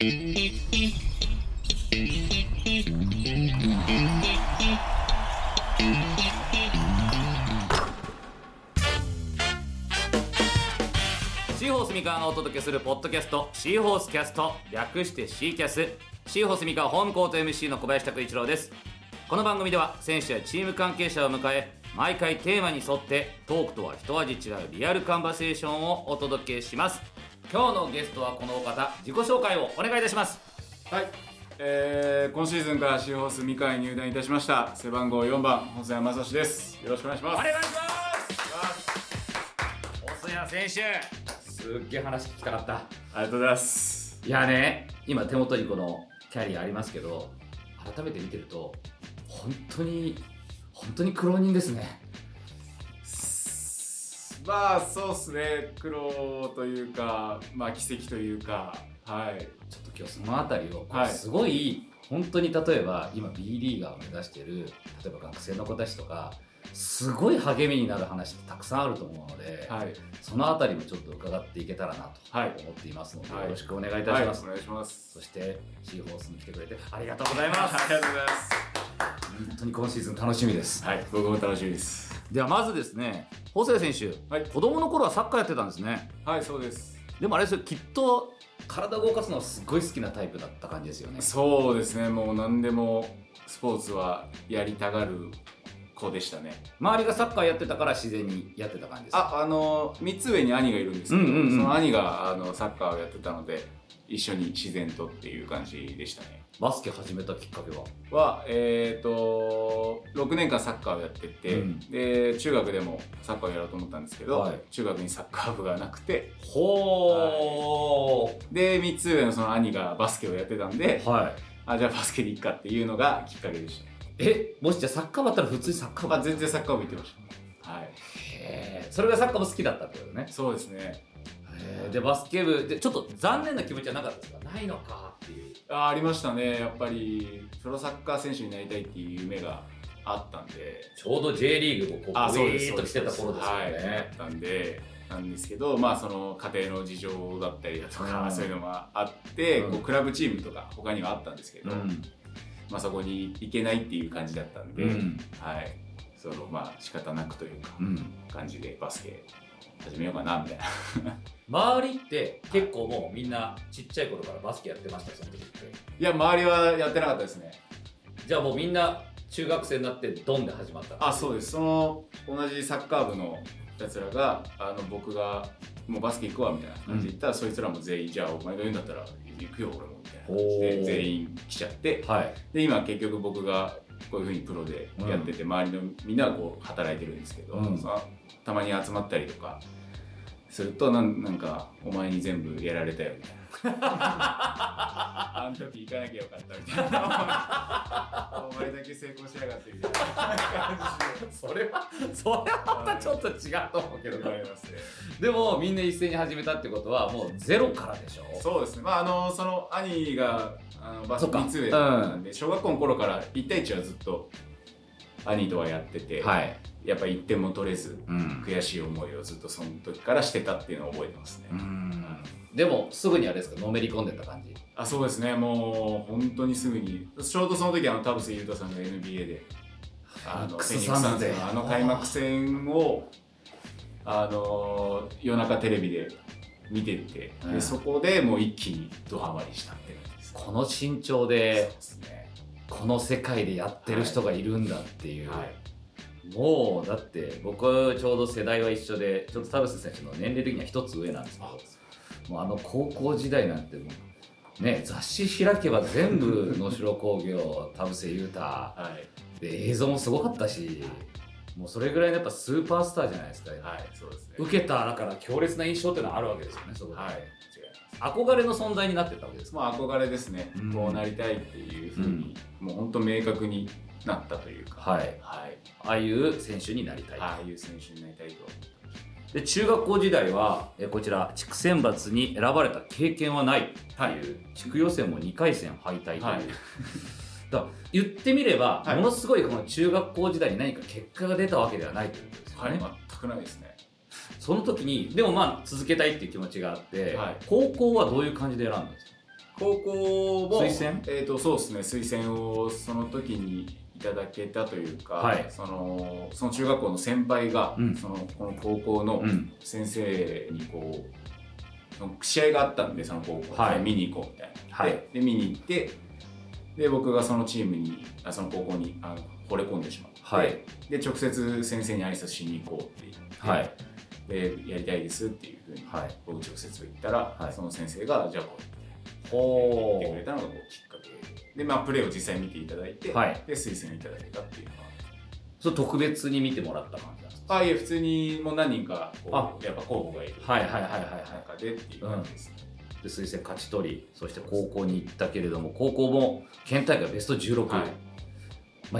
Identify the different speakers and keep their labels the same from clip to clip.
Speaker 1: シーホース三河がお届けするポッドキャスト、シーホースキャスト、略してシーキャス。シーホース三河ホームコート MC の小林拓一郎です。この番組では選手やチーム関係者を迎え、毎回テーマに沿ってトークとは一味違うリアルカンバセーションをお届けします。今日のゲストはこのお方、自己紹介をお願いいたします。
Speaker 2: はい、今シーズンからシーホース三河に入団いたしました背番号4番細谷正史です。よろしくお願いします。
Speaker 1: お願いします。細谷選手、すっげえ話聞きたかった。
Speaker 2: ありがとうございます。
Speaker 1: いやね、今手元にこのキャリアありますけど、改めて見てると本当に苦労人ですね。
Speaker 2: まあそうっすね、苦労というか、まあ奇跡というか、はい。
Speaker 1: ちょっと今日そのあたりを、すごい本当に、例えば今 B リーガーを目指している例えば学生の子たちとか、すごい励みになる話ってたくさんあると思うので、はい、そのあたりもちょっと伺っていけたらなと思っていますので、はい、よろしくお願いいたします。
Speaker 2: はい、お願いします。
Speaker 1: そしてシーホースに来てくれてありがとうございます。
Speaker 2: ありがとうございます。
Speaker 1: 本当に今シーズン楽しみです。
Speaker 2: はい、僕も楽しみです。
Speaker 1: ではまずですね、細谷選手、はい、子供の頃はサッカーやってたんですね。
Speaker 2: はい、そうです。
Speaker 1: でもあれですよ、きっと体を動かすのはすごい好きなタイプだった感じですよね。
Speaker 2: そうですね、もう何でもスポーツはやりたがる子でしたね。
Speaker 1: 周りがサッカーやってたから自然にやってた感じですか？
Speaker 2: 3つ上に兄がいるんですけど、その兄がサッカーをやってたので一緒に自然とっていう感じでしたね。
Speaker 1: バスケ始めたきっかけは
Speaker 2: 6年間サッカーをやってて、で中学でもサッカーをやろうと思ったんですけど、はい、中学にサッカー部がなくて、
Speaker 1: ほー、
Speaker 2: はい、で3つ上のその兄がバスケをやってたんで、
Speaker 1: はい、
Speaker 2: じゃあバスケでいいかっていうのがきっかけでした。
Speaker 1: もしじゃあサッカー部だったら普通にサッカー部？
Speaker 2: 全然サッカー部行ってました。はい。
Speaker 1: それがサッカーも好きだったってことね。
Speaker 2: そうですね。
Speaker 1: でバスケ部でちょっと残念な気持ちはなかったですか？ないのかっていう。
Speaker 2: ありましたね。やっぱりプロサッカー選手になりたいっていう夢があったんで、
Speaker 1: ちょうど J リーグもこうウィーッと来てた頃ですよね。
Speaker 2: はい、あったんでなんですけど、まあその家庭の事情だったりだとか、そういうのがあって、こうクラブチームとか他にはあったんですけど、まあそこに行けないっていう感じだったんで、はい、まあ仕方なくというか、感じでバスケ始めようかなみたいな。
Speaker 1: 周りって結構もうみんなちっちゃい頃からバスケやってました？その時って。
Speaker 2: いや、周りはやってなかったですね。
Speaker 1: じゃあもうみんな中学生になってドンで始まった？
Speaker 2: そうです。同じサッカー部のやつらが僕がもうバスケ行くわみたいな感じで言ったら、そいつらも全員じゃあお前が言うんだったら行くよ俺もみたいな感じで全員来ちゃって、はい、で今結局僕がこういう風にプロでやってて、周りのみんなはこう働いてるんですけど、たまに集まったりとかするとなんかお前に全部やられたよみたいな。あの時行かなきゃよかったみたいな。お前だけ成功しやがってみたいな感じで。
Speaker 1: それはまたちょっと違うと思うけど、
Speaker 2: ね、
Speaker 1: でもみんな一斉に始めたってことはもうゼロからでしょ？
Speaker 2: そうですね。まあその兄がバスケ3つ上なんで、小学校の頃から1対1はずっと兄とはやってて、はい、やっぱ1点も取れず、悔しい思いをずっとその時からしてたっていうのを覚えてますね。
Speaker 1: でもすぐにあれですか、のめり込んでた感じ？
Speaker 2: そうですね。もう本当にすぐに、ちょうどその時田臥勇太さんが NBA でフェニックスサンズの開幕戦を夜中テレビで見てて、でそこでもう一気にドハマりしたって感じです。
Speaker 1: この身長で、そうですね、この世界でやってる人がいるんだっていう、はい、もうだって僕ちょうど世代は一緒で、ちょっと田臥選手の年齢的には一つ上なんですけど、もう高校時代なんてもうね、雑誌開けば全部能代工業、田臥勇太、はい、で映像もすごかったし、もうそれぐらいのやっぱスーパースターじゃないですか。
Speaker 2: はい、そうですね。
Speaker 1: 受けただから強烈な印象っていうのはあるわけですよね、そこで。はい、違います。憧れの存在になってたわけですか？
Speaker 2: まあ憧れですね。こうなりたいっていうふうに、もう本当明確になったというか。はい。はい。
Speaker 1: ああいう選手になりたい。
Speaker 2: ああいう選手になりたいと。
Speaker 1: で、中学校時代は、こちら、地区選抜に選ばれた経験はないっていう、はい、地区予選も2回戦敗退という。はい、だ言ってみれば、はい、ものすごいこの中学校時代に何か結果が出たわけではないということですよね。
Speaker 2: はい、全くないですね。
Speaker 1: その時に、でもまあ続けたいっていう気持ちがあって、はい、高校はどういう感じで選んだんですか？
Speaker 2: 高校も
Speaker 1: 推薦？
Speaker 2: そうですね、推薦をその時にいただけたというか、
Speaker 1: はい、
Speaker 2: その中学校の先輩が、この高校の先生にこう、試合があったんでその高校、はい、見に行こうみたいな、はい、で見に行って、で僕がそのチームにその高校に惚れ込んでしまって、はい、で直接先生に挨拶しに行こうって言って、はい、でやりたいですっていうふうに僕直接言ったら、はい、その先生がじゃあこう言ってくれたのがこうきっかけで、プレーを実際見ていただいて、はい、で推薦いただけたっていうのは、
Speaker 1: それ特別に見てもらった感じなんですか？
Speaker 2: いや普通にもう何人かこうやっぱ候補がいる中でっていう感じですね。
Speaker 1: で推薦勝ち取り、そして高校に行ったけれども、高校も県大会ベスト16、はい、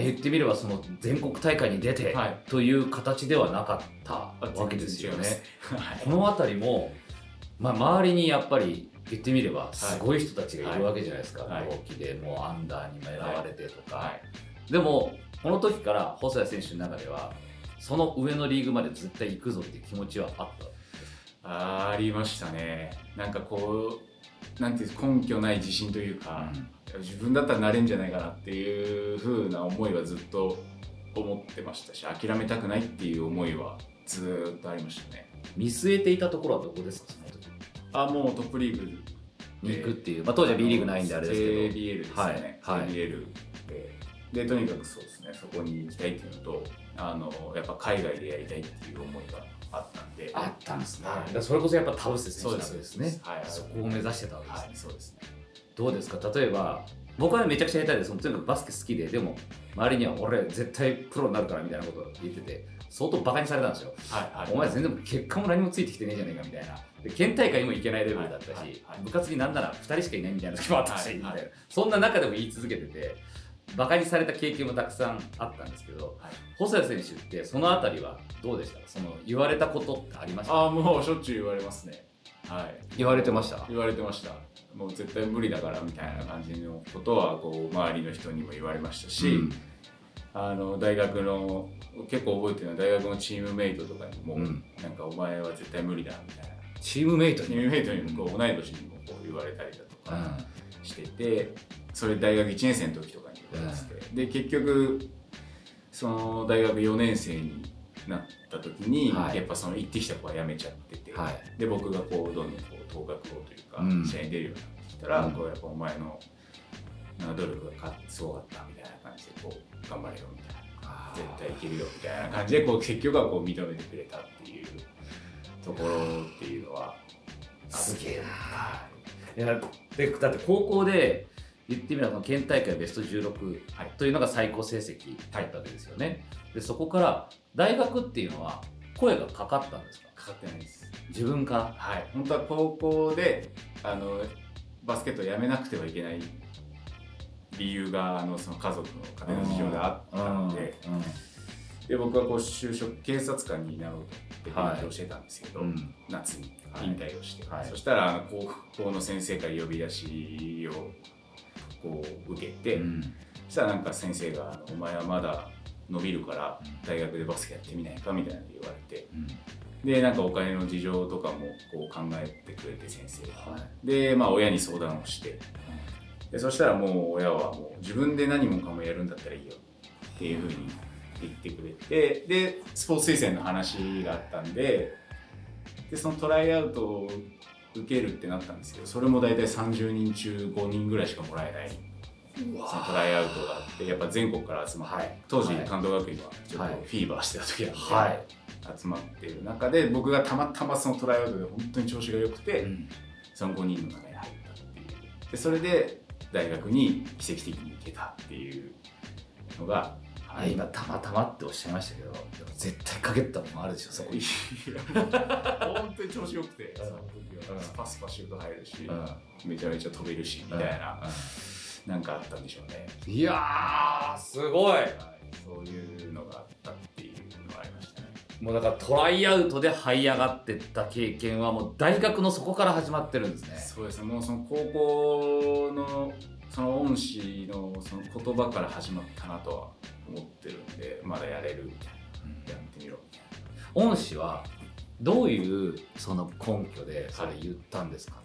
Speaker 1: 言ってみればその全国大会に出てという形ではなかったわけですよね。この辺りも、周りにやっぱり言ってみればすごい人たちがいるわけじゃないですか。同期でもうアンダーにも選ばれてとか、でもこの時から細谷選手の中ではその上のリーグまで絶対行くぞっていう気持ちはあった？
Speaker 2: ありましたね。なんかこうなんていう根拠ない自信というか、自分だったらなれんじゃないかなっていう風な思いはずっと思ってましたし、諦めたくないっていう思いはずっとありましたね。
Speaker 1: 見据えていたところはどこですか、その時？
Speaker 2: もうトップリーグ
Speaker 1: に行くっていう、当時は B リーグないんであれですけど
Speaker 2: JBL ですよね、はい、JBL でとにかくそうですね、そこに行きたいっていうのと、やっぱ海外でやりたいっていう思いがあったんで。
Speaker 1: あったんですね。それこそやっぱ田臥選手なんですね。そこを目指してたわけですね。
Speaker 2: はい、そうですね。
Speaker 1: どうですか、例えば僕はめちゃくちゃ下手で、とにかくバスケ好きで、でも周りには俺絶対プロになるからみたいなことを言ってて、相当バカにされたんですよ。お前全然結果も何もついてきてねえじゃねえかみたいな。で県大会にも行けないレベルだったし、部活になんなら2人しかいないみたいな時もあったし、みたいな。そんな中でも言い続けてて、バカにされた経験もたくさんあったんですけど、細谷選手ってそのあたりはどうでしたか？その言われたことってありましたか？
Speaker 2: もうしょっちゅう言われますね。はい、
Speaker 1: 言われてました。
Speaker 2: 言われてました。もう絶対無理だからみたいな感じのことはこう周りの人にも言われましたし、大学の結構覚えてるのは、大学のチームメイトとかにも、なんかお前は絶対無理だみたいな、
Speaker 1: チームメイト
Speaker 2: にもこう同い年にもこう言われたりだとかしてて、それ大学1年生の時とかに言われてて、で結局その大学4年生になった時に、やっぱその行ってきた子は辞めちゃってて、で僕がこうどんどんこう頭角をというか、試合に出るようになってきたら、こうやっぱお前の努力がすごかったみたいな感じでこう頑張れよみたいな、絶対いけるよみたいな感じでこう結局はこう認めてくれたっていうところっていうのは
Speaker 1: すげえな。いやだって高校で言ってみれば県大会ベスト16というのが最高成績だったわけですよね。でそこから大学っていうのは声がかかったんですか？
Speaker 2: かかってないです。
Speaker 1: 自分から？
Speaker 2: はい、本当は高校でバスケットをやめなくてはいけない理由がその家族の家庭の事情であったので、で僕はこう就職警察官になろうと勉強してたんですけど、夏に引退をして、そしたら高校の先生から呼び出しをこう受けて、そしたらなんか先生が「お前はまだ伸びるから大学でバスケやってみないか」みたいなの言われて、でなんかお金の事情とかもこう考えてくれて先生が、で親に相談をして、でそしたらもう親はもう自分で何もかもやるんだったらいいよっていうふうに言ってくれて、でスポーツ推薦の話があったんで、そのトライアウトを受けるってなったんですけど、それも大体30人中5人ぐらいしかもらえないそのトライアウトがあって、やっぱ全国から集まって、当時関東学院はちょっとフィーバーしてた時なんで、集まっている中で僕がたまたまそのトライアウトで本当に調子が良くて、その5人の中に入ったっていう、でそれで大学に奇跡的に行けたっていうのが、
Speaker 1: 今たまたまっておっしゃいましたけど、絶対かけたものあるでしょそこに。
Speaker 2: 本当に調子良くて、その時はスパスパシュート入るし、めちゃめちゃ飛べるしみたいな、なんかあったんでしょうね。
Speaker 1: いやーすごい、
Speaker 2: そういうのがあったっていうのがありましたね。
Speaker 1: もうだからトライアウトで這い上がってった経験はもう大学のそこから始まってるんですね。
Speaker 2: そうですね、もうその高校のその恩師のその言葉から始まったなとは思ってるんで、まだやれるみたいな、やってみろみたいな。
Speaker 1: 恩師はどういうその根拠でそれ言ったんですかね？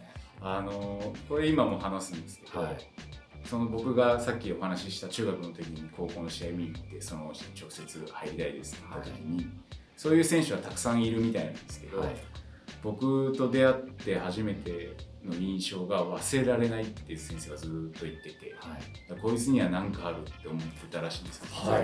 Speaker 2: これ今も話すんですけど、
Speaker 1: はい、
Speaker 2: その僕がさっきお話しした中学の時に高校の試合見に行ってその直接入りたいですって言った時に、はい、そういう選手はたくさんいるみたいなんですけど、はい、僕と出会って初めての印象が忘れられないっていう先生がずっと言ってて、はい、こいつには何かあるって思ってたらしいんですよ、はい、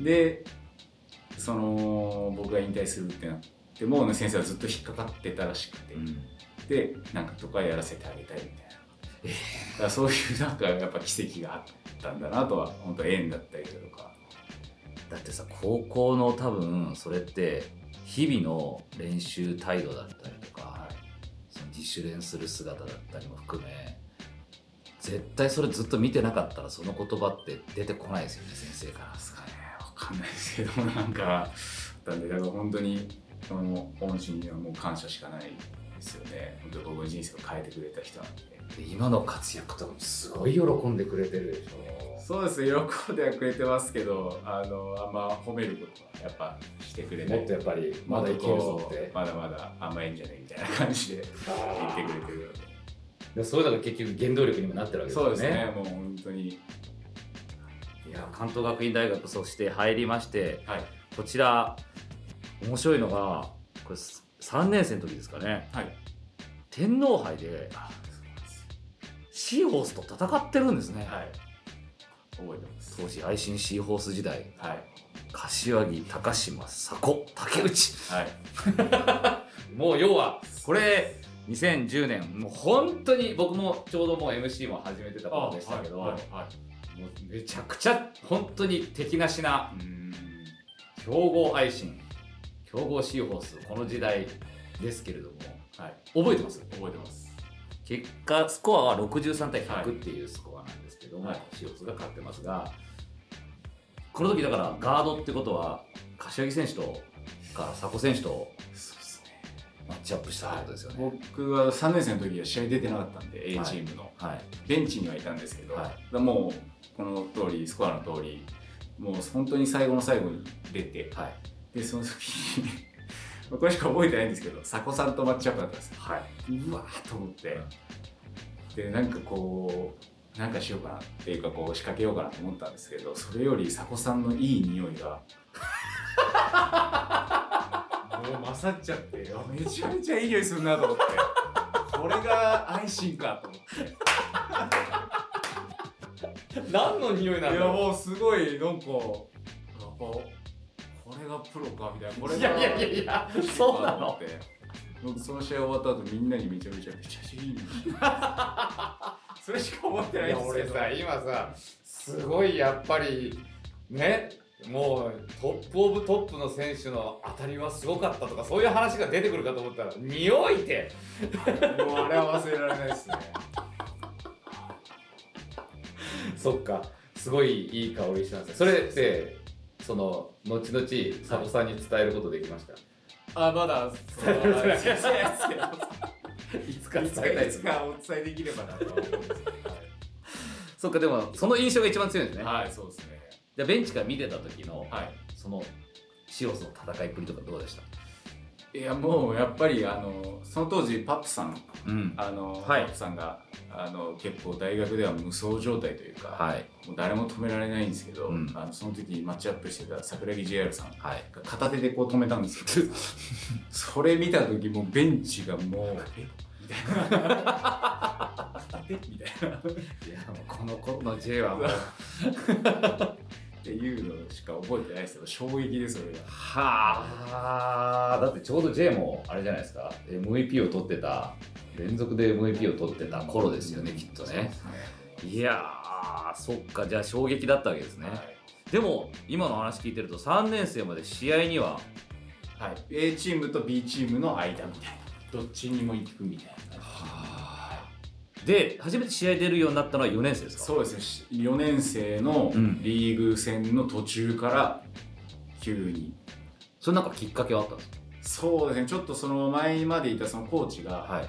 Speaker 2: でその僕が引退するってなっても先生はずっと引っかかってたらしくて、うん、でなんかとかやらせてあげたいみたいな、だからそういうなんかやっぱ奇跡があったんだなとは本当縁だったりだとか。
Speaker 1: だってさ高校の多分それって日々の練習態度だったりとか、はい、その自主練する姿だったりも含め絶対それずっと見てなかったらその言葉って出てこないですよね先生から。
Speaker 2: ですかね、分かんないですけどなんかなんでだから本当にその恩師にはもう感謝しかないですよね。本当に僕の人生を変えてくれた人なんで。
Speaker 1: で今の活躍とかもすごい喜んでくれてるでしょ。
Speaker 2: そうです、喜んではくれてますけどあんま褒めることはやっぱしてくれない。
Speaker 1: もっとやっぱりまだいけるぞって
Speaker 2: まだまだ甘いんじゃないみたいな感じで言ってくれてるので、
Speaker 1: そういうのが結局原動力にもなってるわけですよね。
Speaker 2: そうですね、もう本当に。い
Speaker 1: や関東学院大学そして入りまして、
Speaker 2: はい、
Speaker 1: こちら面白いのがこれ3年生の時ですかね、はい、天皇杯でシーホースと戦ってるんですね。はい、
Speaker 2: 覚えてます。
Speaker 1: 当時愛心シーホース時代、
Speaker 2: はい、
Speaker 1: 柏木、高島、佐古、竹内、
Speaker 2: はい、
Speaker 1: もう要はこれ2010年もう本当に僕もちょうどもう MC も始めてた頃でしたけど、はいはいはい、もうめちゃくちゃ本当に敵なしな強豪愛心強豪シーホースこの時代ですけれども、はい、覚えてます？
Speaker 2: 覚えてます。
Speaker 1: 結果スコアは63対100っていうスコアなんですけども、はい、シーホースが勝ってますが、この時だからガードってことは柏木選手とか佐古選手とマッチアップしたってことですよね。
Speaker 2: 僕は3年生の時は試合出てなかったんで、A チームの、はい、ベンチにはいたんですけど、はい、もうこの通りスコアの通りもう本当に最後の最後に出て、はい、でその時にこれしか覚えてないんですけど佐古さんとマッチアップだったんですよ。はい、うわーと思って、でなんかこうなんかしようかなっていうかこう仕掛けようかなと思ったんですけど、それより佐古さんのいい匂いがもう勝っちゃって、めちゃめちゃいい匂いするなと思ってこれが愛心かと思って
Speaker 1: 何の匂いなんだろう。
Speaker 2: いやもうすごいなんかこれがプロかみたいな、これが
Speaker 1: いやそうなのって。
Speaker 2: 僕その試合終わった後みんなにめちゃめちゃいい匂いそれしか思ってないですよ。
Speaker 1: 俺さ今さすごいやっぱりねもうトップオブトップの選手の当たりはすごかったとかそういう話が出てくるかと思ったら匂いって
Speaker 2: もうあれは忘れられないですね
Speaker 1: そっか、すごいいい香りしますね。それってその後々佐古さんに伝えることできました？
Speaker 2: まだ伝えられないです
Speaker 1: いつか伝えたいです。
Speaker 2: いつかお伝えできればなと思うんですけど、はい、
Speaker 1: そっか、でもその印象が一番強いんですね。
Speaker 2: はい、そうですね。
Speaker 1: でベンチから見てた時の、
Speaker 2: はい、
Speaker 1: そのシオスの戦いっぷりとかどうでした？
Speaker 2: いやもうやっぱりその当時パップさん、うん、パップさんが結構大学では無双状態というか、はい、もう誰も止められないんですけど、うん、その時マッチアップしてた桜木 JR さんが片手でこう止めたんですよ、はい、それ見た時もうベンチがもうみたいな片手みたいな、いやもう
Speaker 1: この頃の J はもう
Speaker 2: っていうのしか覚えてないですけど衝撃ですそれが。
Speaker 1: はあ、だってちょうど J もあれじゃないですか、 MVP を取ってた連続で MVP を取ってた頃ですよね、きっとね。いやーそっか、じゃあ衝撃だったわけですね、はい、でも今の話聞いてると3年生まで試合には、
Speaker 2: はい、A チームと B チームの間みたいな、どっちにも行くみたいな。
Speaker 1: で初めて試合出るようになったのは4年生ですか？
Speaker 2: そうですね、4年生のリーグ戦の途中から急に、
Speaker 1: それなんかきっかけはあったんですか？
Speaker 2: そうですね、ちょっとその前までいたそのコーチが、はい、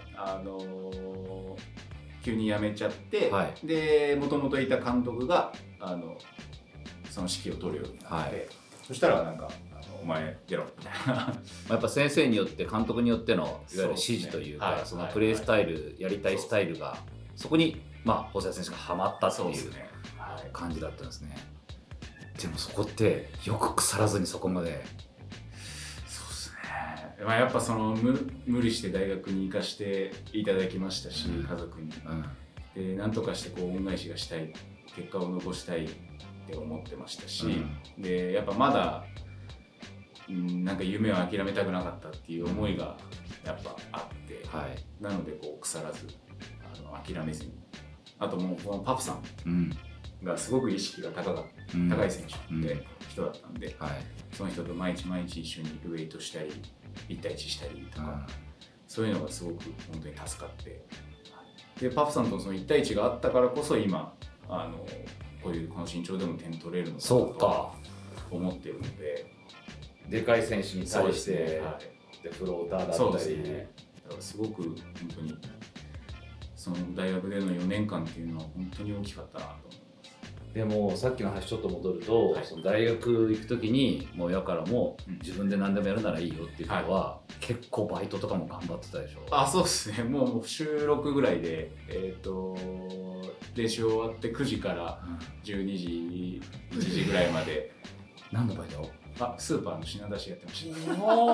Speaker 2: 急に辞めちゃって、はい、でもともといた監督がその指揮を取るようになって、はい、そしたらなんかお前出ろみたいな
Speaker 1: やっぱ先生によって監督によってのいわゆる指示というか、そのプレースタイル、やりたいスタイルがそこに細谷選手がハマったっていう感じだったんですね。でもそこってよく腐らずにそこまで。
Speaker 2: そうですね。やっぱその無理して大学に行かしていただきましたし、家族に、でなんとかしてこう恩返しがしたい、結果を残したいって思ってましたし、でやっぱまだなんか夢を諦めたくなかったっていう思いがやっぱあって、なのでこう腐らず諦めずに、あともうこのパプさんがすごく意識が高い選手って人だったんで、その人と毎日一緒にウェイトしたり1対1したりとか、そういうのがすごく本当に助かって、でパプさんとその1対1があったからこそ今この身長でも点取れるのかなと思っているので、
Speaker 1: でかい選手に対して、でフローターだったり、
Speaker 2: そうですね、だからすごく本当にその大学での4年間っていうのは本当に大きかったなと思います。
Speaker 1: でもさっきの話ちょっと戻ると、その大学行く時にもう親からも自分で何でもやるならいいよっていうのは、結構バイトとかも頑張ってたでしょ。
Speaker 2: そうですね、もう週6ぐらいで練習終わって9時から12時1時ぐらいまで
Speaker 1: 何のバイト？
Speaker 2: スーパーの品出しやってました。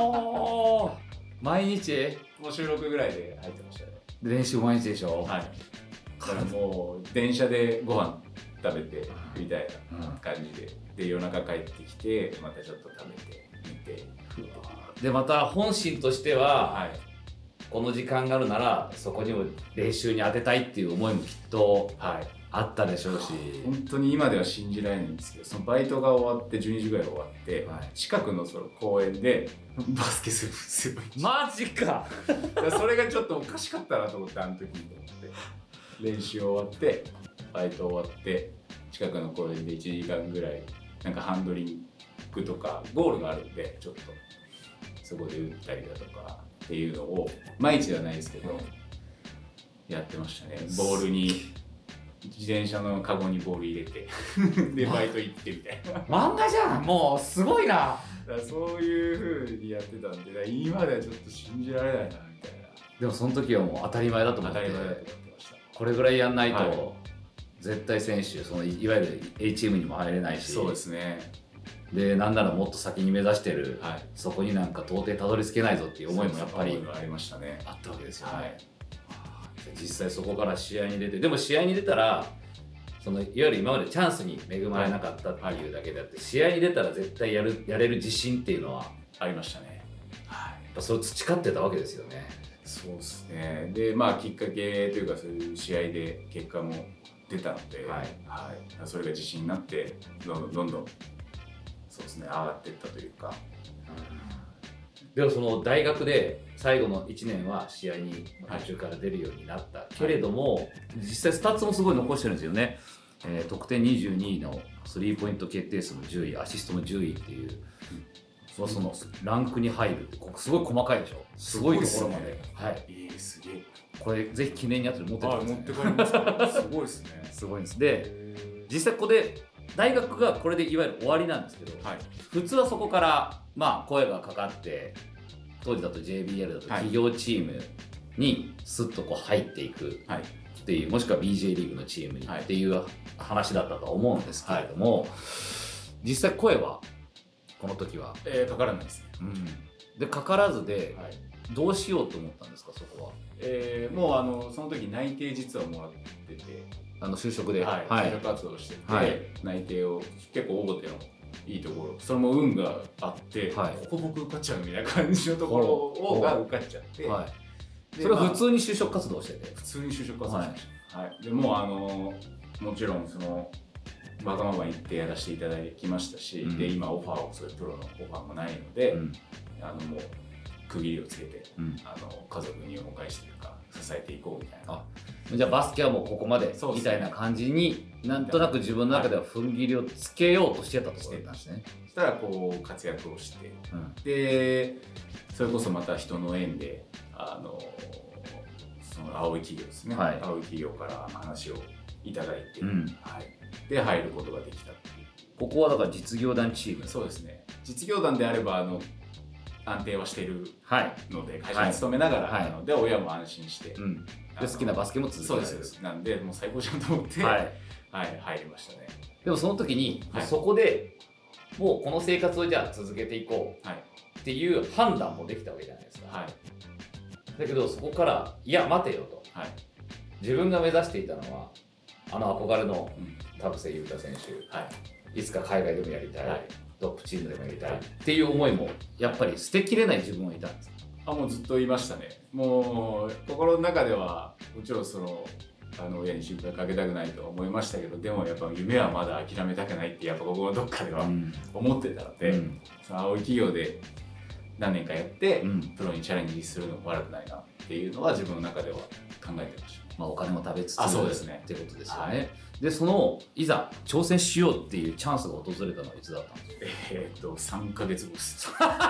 Speaker 1: 毎日？
Speaker 2: もう週6ぐらいで入ってましたね。
Speaker 1: 練習毎日でしょ。
Speaker 2: だからもう電車でご飯食べてみたいな感じで、夜中帰ってきてまたちょっと食べて見て、
Speaker 1: でまた本心としては、この時間があるならそこにも練習に当てたいっていう思いもきっとあったでしょうし、
Speaker 2: 本当に今では信じられないんですけど、そのバイトが終わって12時ぐらい終わって、近くのその公園でバスケするんですよ。
Speaker 1: マジか
Speaker 2: それがちょっとおかしかったなと思って、あの時に思って練習終わってバイト終わって近くの公園で1時間ぐらいなんかハンドリングとかゴールがあるんで、ちょっとそこで打ったりだとかっていうのを毎日ではないですけどやってましたね。ボールに自転車のカゴにボール入れてでバイト行ってみたいな
Speaker 1: 漫画じゃん、もうすごいな。
Speaker 2: だからそういう風にやってたんで、今ではちょっと信じられないなみたいな。
Speaker 1: でもその時はもう当たり前だと思って、
Speaker 2: 当たり前だと思ってました。
Speaker 1: これぐらいやんないと、絶対選手、そのいわゆる A チームにも入れないし、
Speaker 2: そうですね。
Speaker 1: でなんならもっと先に目指してる、そこになんか到底たどり着けないぞっていう思いもやっぱり
Speaker 2: ありましたね。
Speaker 1: あったわけですよね。実際そこから試合に出て、でも試合に出たらそのいわゆる今までチャンスに恵まれなかったっていうだけであって、試合に出たら絶対やれる自信っていうのは
Speaker 2: ありましたね。
Speaker 1: やっぱそれを培ってたわけですよね。
Speaker 2: そうですね。できっかけというかそういう試合で結果も出たので、それが自信になってどんどんそうですね、上がっていったというか。
Speaker 1: でもその大学で最後の1年は試合に途中から出るようになったけれども、実際スタッツもすごい残してるんですよね。得点22位のスリーポイント決定数の10位、アシストも10位っていう、そのランクに入るってすごい細かいでしょ。すごいところまで。
Speaker 2: すげえ。
Speaker 1: これぜひ記念に後で持ってってください。
Speaker 2: 持って帰りますか。すごいですね。
Speaker 1: すごいです。で、実際ここで大学がこれでいわゆる終わりなんですけど、普通はそこから声がかかって当時だと JBL だと企業チームにスッと入っていくっていう、もしくは BJ リーグのチームにっていう話だったと思うんですけれども、実際声はこの時は
Speaker 2: かからないですね。
Speaker 1: でかからずで、どうしようと思ったんですか、そこは。
Speaker 2: もうその時内定実はもらってて、
Speaker 1: 就職で、
Speaker 2: 就職活動してて、内定を結構大手のいいところ、それも運があって、ここ僕受かっちゃうみたいな感じのところが受かっちゃって、
Speaker 1: それは普通に就職活動してて。
Speaker 2: 普通に就職活動してました。でももちろんそのわがまま言ってやらせていただきましたし、で今オファーをそういうプロのオファーもないので、もう区切りをつけて、家族に恩返しというか支えていこうみたいな。
Speaker 1: じゃあバスケはもうここまでみたいな感じに、なんとなく自分の中では踏ん切りをつけようとしてたところだったんですね。
Speaker 2: そしたらこう活躍をして、でそれこそまた人の縁でその青い企業ですね、青い企業から話をいただいて、で入ることができたっていう
Speaker 1: ここはだから実業団チーム。
Speaker 2: そうですね。実業団であれば安定はしているので、会社に勤めながらなので、親も安心して、で
Speaker 1: 好きなバスケも続けられる。
Speaker 2: そうです。なんでもう最高じゃんと思って、入りましたね。
Speaker 1: でもその時に、そこでもうこの生活をじゃあ続けていこうっていう判断もできたわけじゃないですか。だけどそこからいや待てよと、自分が目指していたのは憧れの田臥勇太選手、いつか海外でもやりたい、トップチームでもやりたいっていう思いもやっぱり捨てきれない自分はいたんですか？
Speaker 2: もうずっと言いましたね。もう心の中ではもちろん親に心配かけたくないと思いましたけど、でもやっぱ夢はまだ諦めたくないってやっぱここのどっかでは思ってたので、その青い企業で何年かやって、プロにチャレンジするのも悪くないなっていうのは自分の中では考えてました。
Speaker 1: お金も食べつつ
Speaker 2: そうですね
Speaker 1: っていうことですよね。でいざ挑戦しようっていうチャンスが訪れたのはいつだったんですか
Speaker 2: ？3ヶ月後です。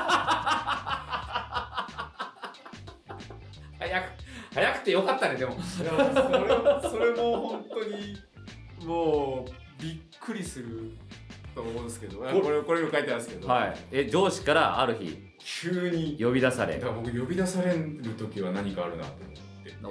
Speaker 1: 早くてよかったね。でも
Speaker 2: それも本当にもうびっくりすると思うんですけど、これにも書いてあるんですけど、
Speaker 1: 上司からある日
Speaker 2: 急に
Speaker 1: 呼び出され、
Speaker 2: だから僕呼び出される時は何かあるなと思って、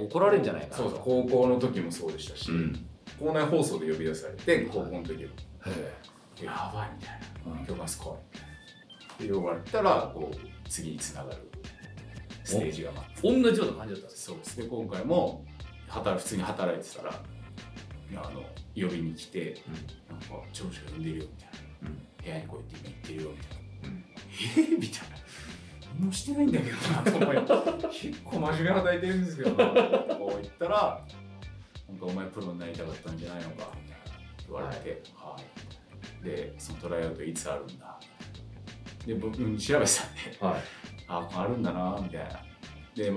Speaker 1: 怒られるんじゃないかな。
Speaker 2: そう高校の時もそうでしたし、校内放送で呼び出されて、高校の時はやばいみたいな、今日マスコンって呼ばれたら次につながるステージが
Speaker 1: 同じような感じだったんです。
Speaker 2: そうです。で今回も普通に働いてたら呼びに来て、なんか上司が呼んでるよみたいな、部屋にこうやって行ってるよみたいな、みたいな、何もしてないんだけどなと思い結構真面目働いてるんですけどなこう言ったら、なんかお前プロになりたかったんじゃないのかみたいな言われて、でそのトライアウトいつあるんだで僕調べてたんで、あるんだなみたいな。で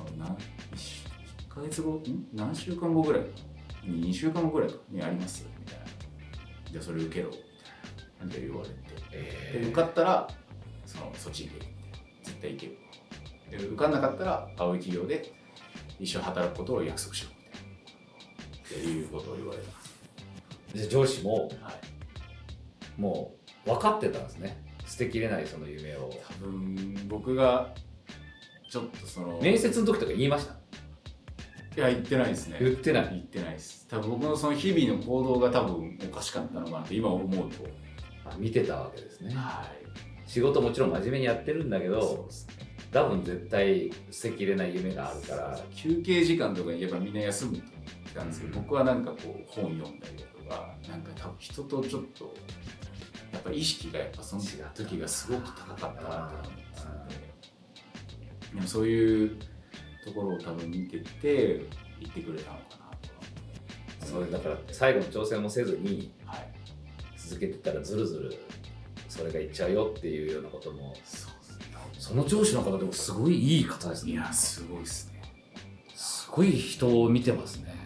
Speaker 2: 1ヶ月後何週間後ぐらい2週間後ぐらいにありますみたいな。じゃあそれ受けろみたいな感じで言われて、で受かったらそっち行けみたいな、絶対行ける。で受かんなかったら青い企業で一生働くことを約束しろみたいなっていうことを言われたんです。
Speaker 1: で上司も、もう分かってたんですね。捨てきれないその夢を。
Speaker 2: 多分僕がちょっと
Speaker 1: 面接の時とか言いました？
Speaker 2: いや言ってないですね。
Speaker 1: 言ってない
Speaker 2: です。多分僕の日々の行動が多分おかしかったのかなって今思うと。
Speaker 1: 見てたわけですね。仕事もちろん真面目にやってるんだけど、多分絶対捨てきれない夢があるから。
Speaker 2: 休憩時間とかにやっぱみんな休むと思ってたんですけど、僕はなんか本読んだりとか、なんか多分人とちょっとやっぱ意識がやっぱその時がすごく高かったなと思うんですので、でもそういうところを多分見てて言ってくれたのかなと。
Speaker 1: それだから最後の挑戦もせずに続けてたらずるずるそれがいっちゃうよっていうようなことも。その上司の方でもすごいいい方ですね。
Speaker 2: いやすごいですね。
Speaker 1: すごい人を見てますね。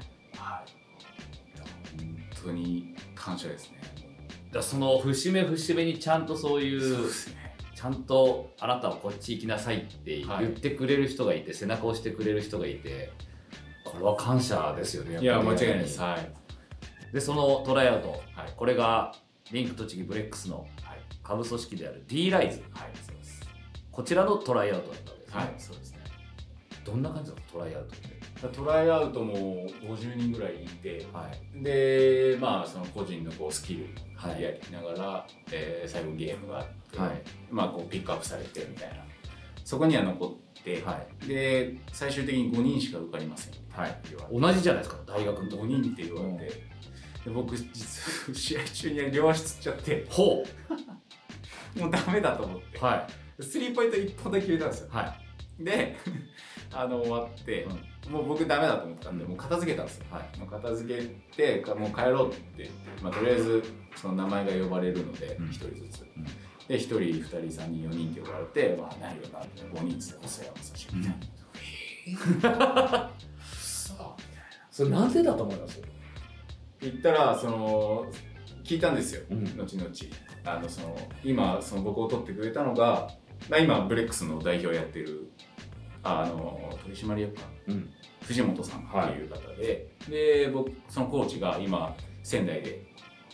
Speaker 2: 本当に感謝ですね。
Speaker 1: その節目節目にちゃんとそういう、ちゃんとあなたはこっち行きなさいって言ってくれる人がいて、背中を押してくれる人がいて、これは感謝ですよね。
Speaker 2: いや間違いないです。
Speaker 1: でそのトライアウト、これがリンク栃木ブレックスの下部組織である D ライズ、こちらのトライアウトだったわけですね。
Speaker 2: そうですね。ど
Speaker 1: んな感じだったトライアウトって？
Speaker 2: トライアウトも50人ぐらいいて、でその個人のスキルやりながら、最後ゲームがあって、ピックアップされてみたいな、そこには残って、で最終的に5人しか受かりませんって言われて、
Speaker 1: 同じじゃないですか大学の
Speaker 2: 5人って言われて、で僕実試合中に両足つっちゃってもうダメだと思って、スリーポイント1本だけ入れたんですよ。で終わって、もう僕ダメだと思ったんで、もう片付けたんですよ。もう片付けてもう帰ろうって言って、とりあえずその名前が呼ばれるので1人ずつ、で1人2人3人4人って呼ばれて、ないよなって5人って細谷正史みたいな、
Speaker 1: それなんでだと思います？
Speaker 2: 言ったら聞いたんですよ、後々。今僕を取ってくれたのが、今ブレックスの代表をやってる取締役官、藤本さんっていう方で、で僕そのコーチが今仙台で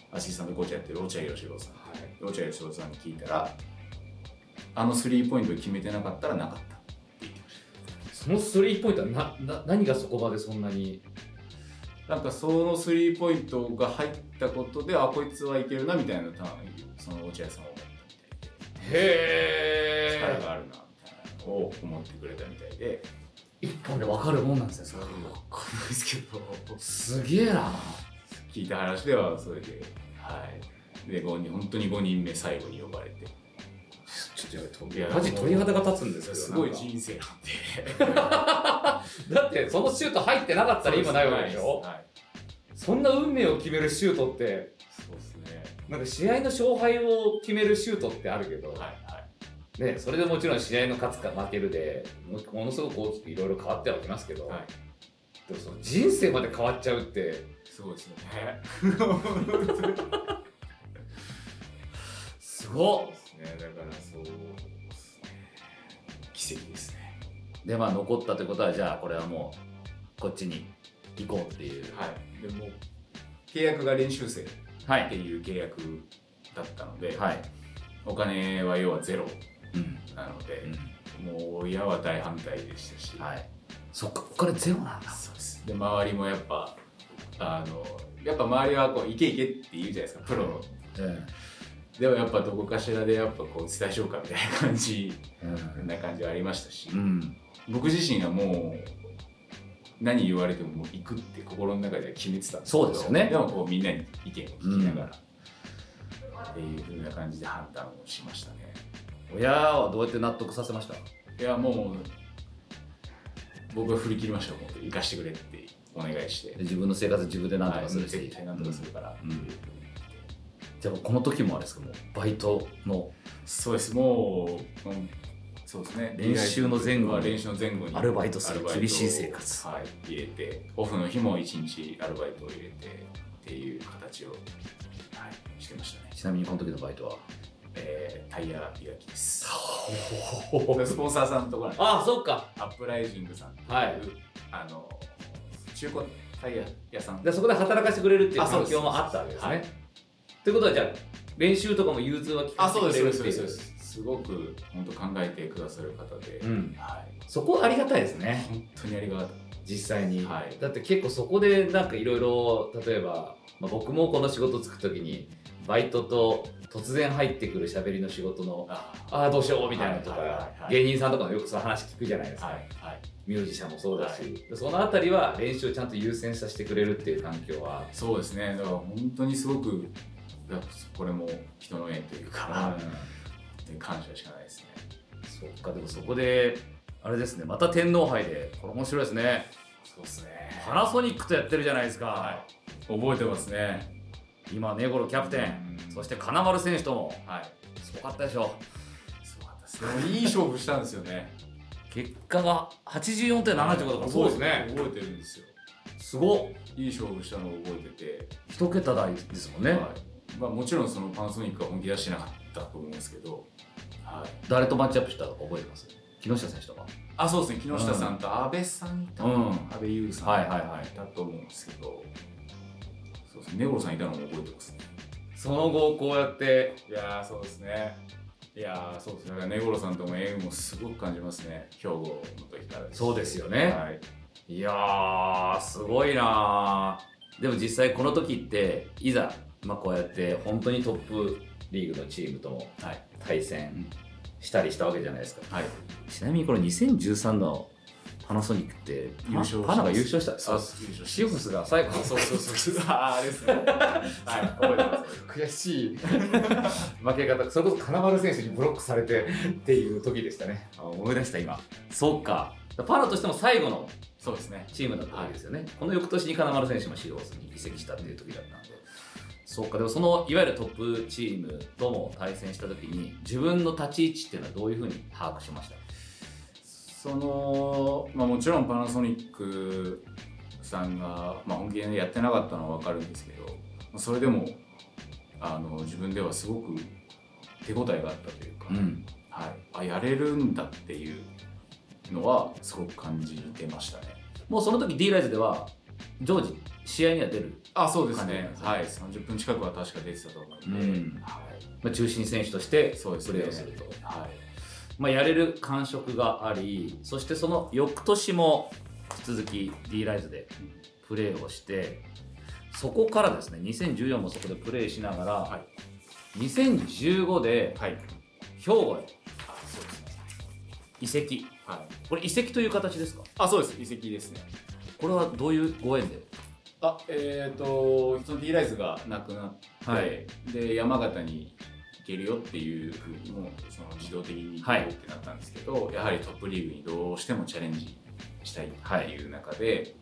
Speaker 2: アシスタントコーチやってる落合義郎さん、落合義郎さんに聞いたら、あのスリーポイントを決めてなかったらなかったって言ってました。
Speaker 1: そのスリーポイントは何がそこまでそんなに、
Speaker 2: なんかそのスリーポイントが入ったことで、あ、こいつはいけるなみたいな、その落合さんは思ったみたいで、
Speaker 1: へー、
Speaker 2: 力があるなみたいなのを思ってくれたみたいで、
Speaker 1: 一本で分かるもんなんですね、それ。
Speaker 2: 分かんないですけど、
Speaker 1: すげえな。
Speaker 2: 聞いた話ではそれで、はい。で、本当に5人目最後に呼ばれて、
Speaker 1: ちょっとマジ鳥肌が立つんですけど、
Speaker 2: すごい人生なんで
Speaker 1: だってそのシュート入ってなかったら今ないわけでしょ。はい、そんな運命を決めるシュートって、
Speaker 2: そうですね、
Speaker 1: なんか試合の勝敗を決めるシュートってあるけど、
Speaker 2: はいはい、
Speaker 1: ね、それでもちろん試合の勝つか負けるでものすごく大きくいろいろ変わってはきますけど、はい、でもその人生まで変わっちゃうって
Speaker 2: すごいですよね。
Speaker 1: すごっ
Speaker 2: ですね。だからそうですね、奇跡ですね。
Speaker 1: でまあ残ったということは、じゃあこれはもうこっちに行こうっていう。
Speaker 2: はい。でも契約が練習生っていう契約だったので、はい、お金は要はゼロなので、もう親は大反対でしたし、はい、
Speaker 1: そっか、お金ゼロなんだ。
Speaker 2: そうです。で周りもやっぱ周りはこうイケイケって言うじゃないですか、プロの。でもやっぱどこかしらでやっぱこう伝えしようかみたいな感じ、な感じはありましたし、僕自身はもう何言われてももう行くって心の中では決めてたんですけど、そうですよね。でもこうみんなに意見を聞きながら、っていう風な感じで判断をしましたね。
Speaker 1: 親はどうやって納得させました？
Speaker 2: いやもう僕は振り切りました。もう行かしてくれってお願いして、
Speaker 1: 自分の生活自分で何とかするし、
Speaker 2: 絶対何とかするから、
Speaker 1: じゃあこの時もあれですか、もうバイトの。
Speaker 2: そうです、もう、そうですね、
Speaker 1: 練習の前後
Speaker 2: に
Speaker 1: アルバイトする厳しい生活、
Speaker 2: はい、入れて、オフの日も1日アルバイトを入れてっていう形を、はい、してましたね。
Speaker 1: ちなみにこの時のバイトは
Speaker 2: タイヤ磨きです。スポンサーさんのところに、
Speaker 1: ああ、そうか、
Speaker 2: アップライジングさんっていう、はい、中古タイヤ屋さん
Speaker 1: で、そこで働かせてくれるっていう環境もあったわけですね。ということは、じゃあ練習とかも融通は利かせてくれるっていう。
Speaker 2: すごく本当考えてくださる方で、
Speaker 1: はい、そこはありがたいですね。
Speaker 2: 本当にありがたい、
Speaker 1: 実際に、はい、だって結構そこでなんかいろいろ、例えば、僕もこの仕事をつくときにバイトと突然入ってくる喋りの仕事のどうしようみたいなのとか、芸人さんとかのよくその話聞くじゃないですか、はいはい、ミュージシャンもそうだし、はい、そのあたりは練習をちゃんと優先させてくれるっていう環境は。
Speaker 2: そうですね、だから本当にすごくこれも人の縁というか、感謝しかないですね。
Speaker 1: そっか、でもそこであれですね、また天皇杯で、これ面白いですね。
Speaker 2: そうですね、
Speaker 1: パナソニックとやってるじゃないですか、
Speaker 2: はい、覚えてますね。
Speaker 1: 今根頃キャプテン、そして金丸選手とも、はい、すごかったでしょ。
Speaker 2: すごかったですね。でもいい勝負したんですよね。
Speaker 1: 結果が84対75とか、そうですね、
Speaker 2: 覚えてるんですよ。
Speaker 1: すごっ、
Speaker 2: いい勝負したのを覚えてて、
Speaker 1: 一桁台ですもんね、はい。
Speaker 2: まあ、もちろんそのパナソニックは本気出してなかったと思うんですけど、はい、
Speaker 1: 誰とマッチアップしたか覚えてます？木下選手とか。
Speaker 2: あ、そうですね、木下さんと阿部さんと、阿部優さんだと思うんですけど、そうですね、根頃さんいたのも覚えてますね。
Speaker 1: その後こうやって、
Speaker 2: いやー、そうですね、いやー、そうですね、だから根頃さんとも縁もすごく感じますね、兵庫の時からです。
Speaker 1: そうですよね、はい、いやー、すごいなー。でも実際この時っていざ、こうやって本当にトップリーグのチームとも対戦したりしたわけじゃないですか、はい、ちなみにこの2013のパナソニックってパナが優勝した。シオフスが最後、
Speaker 2: そうあれですね、はい、覚えてます。
Speaker 1: 悔しい負け方、それこそ金丸選手にブロックされてっていう時でしたね。思い出した今。そうか、パナとしても最後の
Speaker 2: そうですね
Speaker 1: チームだったわけですよね、はい、この翌年に金丸選手もシオフスに移籍したっていう時だったんで、そうか。でもそのいわゆるトップチームとも対戦した時に自分の立ち位置っていうのはどういうふうに把握しました？
Speaker 2: もちろんパナソニックさんが、本気でやってなかったのは分かるんですけど、それでも自分ではすごく手応えがあったというか、はい、やれるんだっていうのはすごく感じてましたね。
Speaker 1: もうその時 D ライズでは常時試合には出る
Speaker 2: そうですね。はい、30分近くは確か出てたと思うので、
Speaker 1: はい、中心選手として
Speaker 2: そうです
Speaker 1: プレーをすると。
Speaker 2: はい、
Speaker 1: やれる感触があり、そしてその翌年も引き続き D ライズでプレーをして、そこからですね、2014もそこでプレーしながら、2015で兵庫へ移籍。これ移籍という形ですか？
Speaker 2: そうです、移籍ですね。
Speaker 1: これはどういうご縁で？
Speaker 2: その D ライズがなくなって、で山形に行けるよっていうふうにもその自動的に行けるってなったんですけど、やはりトップリーグにどうしてもチャレンジしたいっていう中で、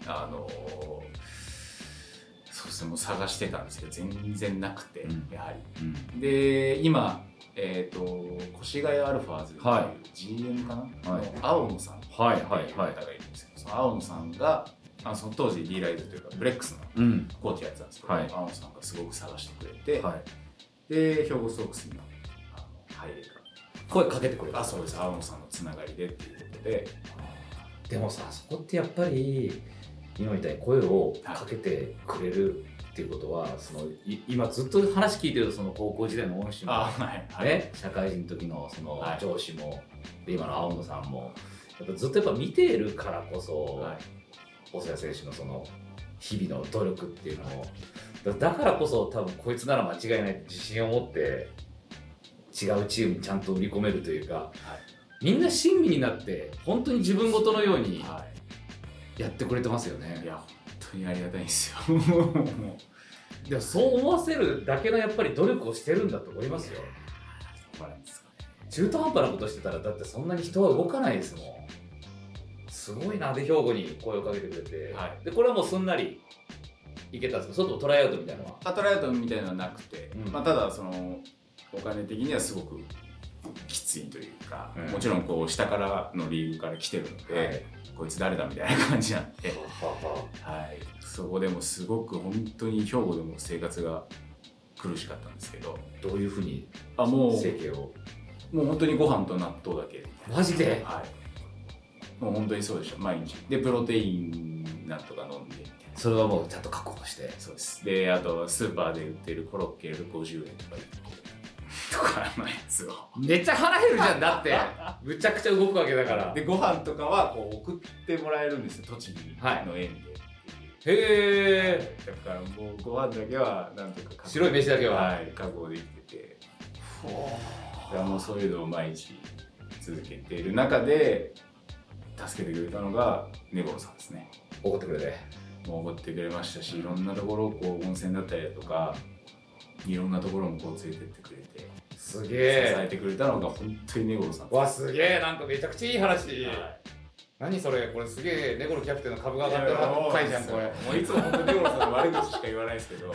Speaker 2: そうですね、もう探してたんですけど全然なくて、やはり、で今越谷アルファーズっていう GM かな、の青野さんっていう方がいるんですけど、その青野さんがその当時 D ライズというかブレックスのコーチやってたんですけど、青野さんがすごく探してくれて、で兵庫ストークスに入れた、
Speaker 1: 声かけてくれた。
Speaker 2: そうです、青野さんのつながりでっていうことで。
Speaker 1: でもさ、そこってやっぱり今みたいに声をかけてくれるっていうことは、その今ずっと話聞いてるその高校時代の恩師も、社会人の時のその上司も、今の青野さんもやっぱずっと見ているからこそ、細谷選手のその日々の努力っていうのを、だからこそ多分こいつなら間違いないって自信を持って違うチームにちゃんと売り込めるというか、みんな親身になって本当に自分ごとのようにやってくれてますよね。
Speaker 2: いや本当にありがたいんですよ。
Speaker 1: でもそう思わせるだけのやっぱり努力をしてるんだと思いますよ。中途半端なことしてたらだってそんなに人は動かないですもん。すごいな。で兵庫に声をかけてくれて、でこれはもうすんなりいけたんですか？それともトライアウトみたいなのは？
Speaker 2: トライアウトみたいなのはなくて、ただそのお金的にはすごくきついというか、もちろんこう下からのリーグから来てるので、こいつ誰だみたいな感じなんで、そこでもすごく本当に兵庫でも生活が苦しかったんですけど。
Speaker 1: どういうふうに生計を？
Speaker 2: もう本当にご飯と納豆だけ。
Speaker 1: マジで？
Speaker 2: もう本当にそうでした。毎日でプロテインなんとか飲んでみたいな。
Speaker 1: それはもうちゃんと確保して。
Speaker 2: そうです。であとスーパーで売ってるコロッケ50円とか言ってとかのやつを
Speaker 1: めっちゃ腹減るじゃん。だってむちゃくちゃ動くわけだから。
Speaker 2: でご飯とかはこう送ってもらえるんですよ、栃木の園で。
Speaker 1: へえ。
Speaker 2: だからもうご飯だけはなんとか
Speaker 1: 白い飯だけは
Speaker 2: 確保できてて、だからもうそういうのを毎日続けている中で助けてくれたのが根頃さんですね。
Speaker 1: おごってくれて、
Speaker 2: もうおごってくれましたし、いろんなところこう温泉だったりだとかいろんなところもこう連れてってくれて、
Speaker 1: すげえ
Speaker 2: 支えてくれたのが本当に根頃さん。
Speaker 1: わ、すげえ。なんかめちゃくちゃいい話。何それ、これすげえ根頃キャプテンの株が上がってる回じゃんこれ。
Speaker 2: もういつも本当に根頃さんの悪口しか言わないですけど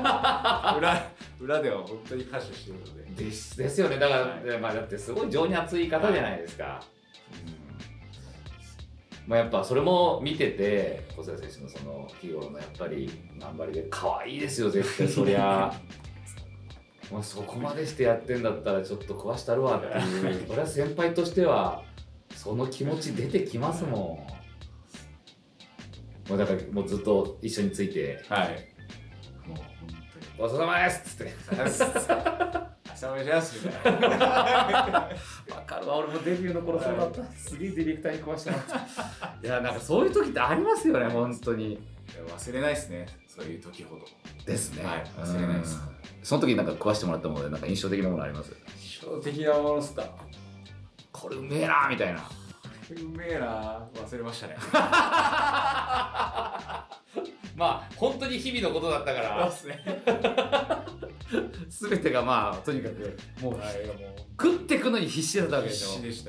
Speaker 2: 裏では本当に感謝してるので。
Speaker 1: ですよね。だから、だってすごい情に熱い方じゃないですか。やっぱそれも見てて、小瀬選手のその日頃のやっぱり頑張りで可愛いですよ絶対。そりゃそこまでしてやってんだったらちょっと壊したるわっていうそれは先輩としてはその気持ち出てきますもん。だからもうずっと一緒について、
Speaker 2: もう本当に
Speaker 1: ごちそうさまですっつって
Speaker 2: 明日お願いしますみたいな。わ
Speaker 1: かるわ。俺もデビューの頃そうだった。すげえディレクターに壊してもらった。いやなんかそういう時ってありますよね本当に。
Speaker 2: 忘れないですね、そういう時ほど。
Speaker 1: ですね。
Speaker 2: 忘れないです。
Speaker 1: その時になんか食わしてもらったものでなんか印象的なものあります？
Speaker 2: 印象的なものですか？
Speaker 1: これうめえなみたいな。
Speaker 2: うめえな、忘れましたね。
Speaker 1: まあ本当に日々のことだったから全てがとにかくもう食ってくのに必死だったわけでしょ。
Speaker 2: 必死でした。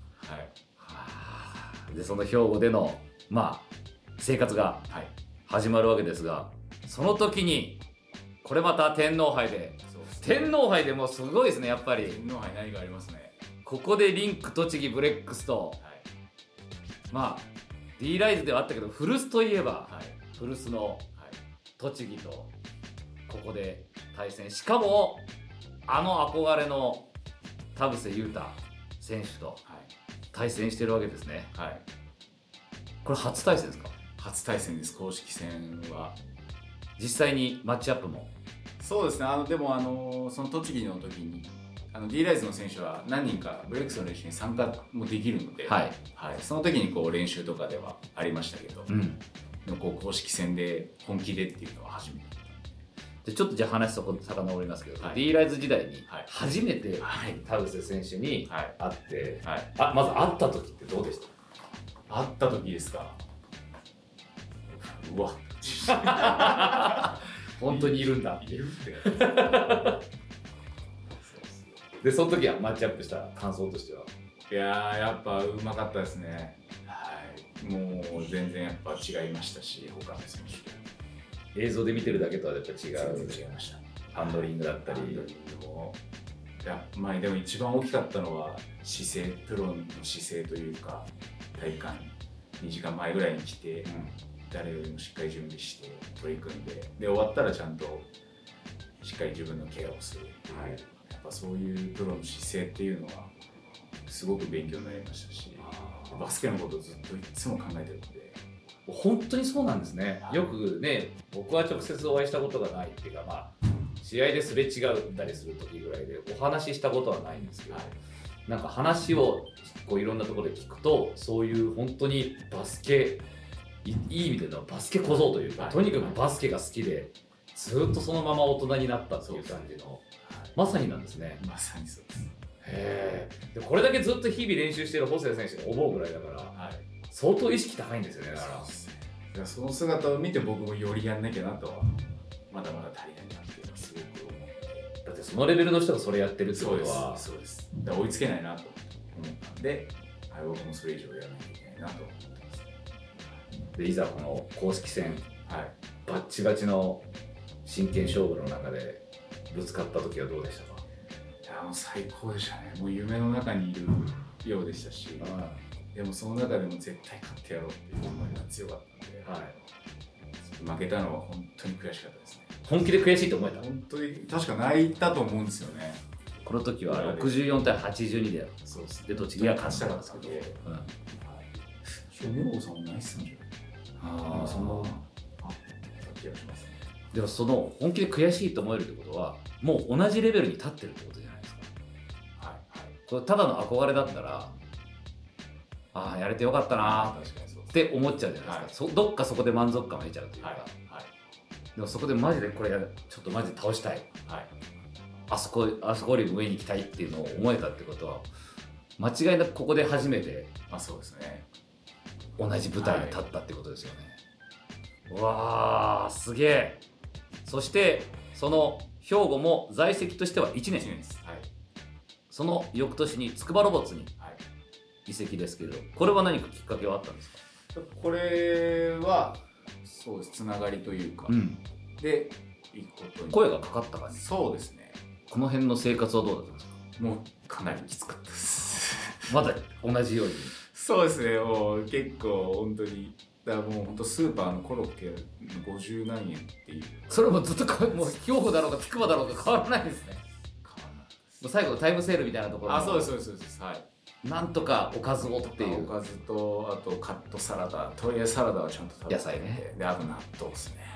Speaker 1: でその兵庫での生活が始まるわけですが、その時にこれまた天皇杯で、天皇杯でもすごいですねやっぱり。
Speaker 2: 天皇杯何がありますね。
Speaker 1: ここでリンク栃木ブレックスと、D ライズではあったけど古巣といえば、古巣の栃木とここで対戦、しかも憧れの田臥勇太選手と対戦してるわけですね。これ初対戦ですか？
Speaker 2: 初対戦です。公式戦は
Speaker 1: 実際にマッチアップも。
Speaker 2: そうですね。でもその栃木の時にD ライズの選手は何人かブレックスの練習に参加もできるので、はいはい、その時にこう練習とかではありましたけど、でもこう公式戦で本気でっていうのは初めて。
Speaker 1: でちょっとじゃあ話そこ遡りますけど、はい、D ライズ時代に初めて田臥選手に会って、はいはい、まず会った時ってどうでした？
Speaker 2: 会った時ですか？うわ
Speaker 1: 本当にいるんだって
Speaker 2: いるって
Speaker 1: でその時はマッチアップした感想としては？
Speaker 2: いやーやっぱうまかったですね。はい、もう全然やっぱ違いましたし、他の選手
Speaker 1: 映像で見てるだけとはやっぱ違う。
Speaker 2: 全然違いました。
Speaker 1: ハンドリングだったり。
Speaker 2: いや、まあでも一番大きかったのは姿勢、プロの姿勢というか、体感2時間前ぐらいに来て、誰よりもしっかり準備して取り組んで、で終わったらちゃんとしっかり自分のケアをする。はい、やっぱそういうプロの姿勢っていうのはすごく勉強になりましたし、バスケのことをずっといつも考えてるので。
Speaker 1: 本当にそうなんですね。よくね、僕は直接お会いしたことがないっていうか、まあ試合ですれ違ったりする時ぐらいでお話ししたことはないんですけど、なんか話をこういろんなところで聞くと、そういう本当にバスケ、いい意味でのバスケ小僧というか、とにかくバスケが好きでずっとそのまま大人になったっていう感じの、まさになんですね。
Speaker 2: まさにそうです。
Speaker 1: へえ。これだけずっと日々練習している細谷選手が思うぐらいだから、相当意識高いんですよね。だから
Speaker 2: その姿を見て僕もよりやんなきゃなとは、まだまだ足りないなっていうのはすごく思う。
Speaker 1: だってそのレベルの人がそれやってるってことは、
Speaker 2: そうです。だから追いつけないなと思ったんで、僕もそれ以上やらなきゃいけないなと思ってます。
Speaker 1: でいざこの公式戦、バッチバチの真剣勝負の中でぶつかった時はどうでしたか？
Speaker 2: いやもう最高でしたね。もう夢の中にいるようでしたし、でもその中でも絶対勝ってやろうっていう思いが強かったので、負けたのは本当に悔しかったですね。
Speaker 1: 本気で悔しいと思えた？
Speaker 2: 本当に確か泣いたと思うんですよね。
Speaker 1: この時は64対82で、
Speaker 2: そうですね。
Speaker 1: で栃木が勝ちたかったんですけど、
Speaker 2: 女房さんもナイスなんじゃない？その気がしますね。
Speaker 1: でもその本気で悔しいと思えるってことは、もう同じレベルに立ってるってことじゃないですか。これただの憧れだったら、ああやれてよかったなって思っちゃうじゃないですか。どっかそこで満足感を得ちゃうというか、でもそこでマジでこれちょっとマジで倒したい、あそこより上に行きたいっていうのを思えたってことは、間違いなくここで初めて、
Speaker 2: そうですね、
Speaker 1: 同じ舞台に立ったってことですよね。うわーすげえ。そしてその兵庫も在籍としては1年
Speaker 2: です。
Speaker 1: その翌年に筑波ロボッツに移籍ですけれど、これは何かきっかけはあったんですか？
Speaker 2: これはそうです、つながりというか、で行くことに
Speaker 1: 声がかかった感じ。
Speaker 2: そうですね。
Speaker 1: この辺の生活はどうだったんですか？
Speaker 2: もうかなりきつかったです
Speaker 1: まだ同じように。
Speaker 2: そうですね。もう結構本当に、だからもう本当スーパーのコロッケ50何円っていう、
Speaker 1: それもずっともう兵庫だろうが筑波だろうが変わらないですね。
Speaker 2: 変わらないです。
Speaker 1: もう最後のタイムセールみたいなところ、
Speaker 2: そうですそうです。
Speaker 1: なんとかおかずをっていう、
Speaker 2: おかずと、あとカットサラダ、とりあえずサラダはちゃんと食べて、
Speaker 1: 野菜ね。
Speaker 2: であと納豆ですね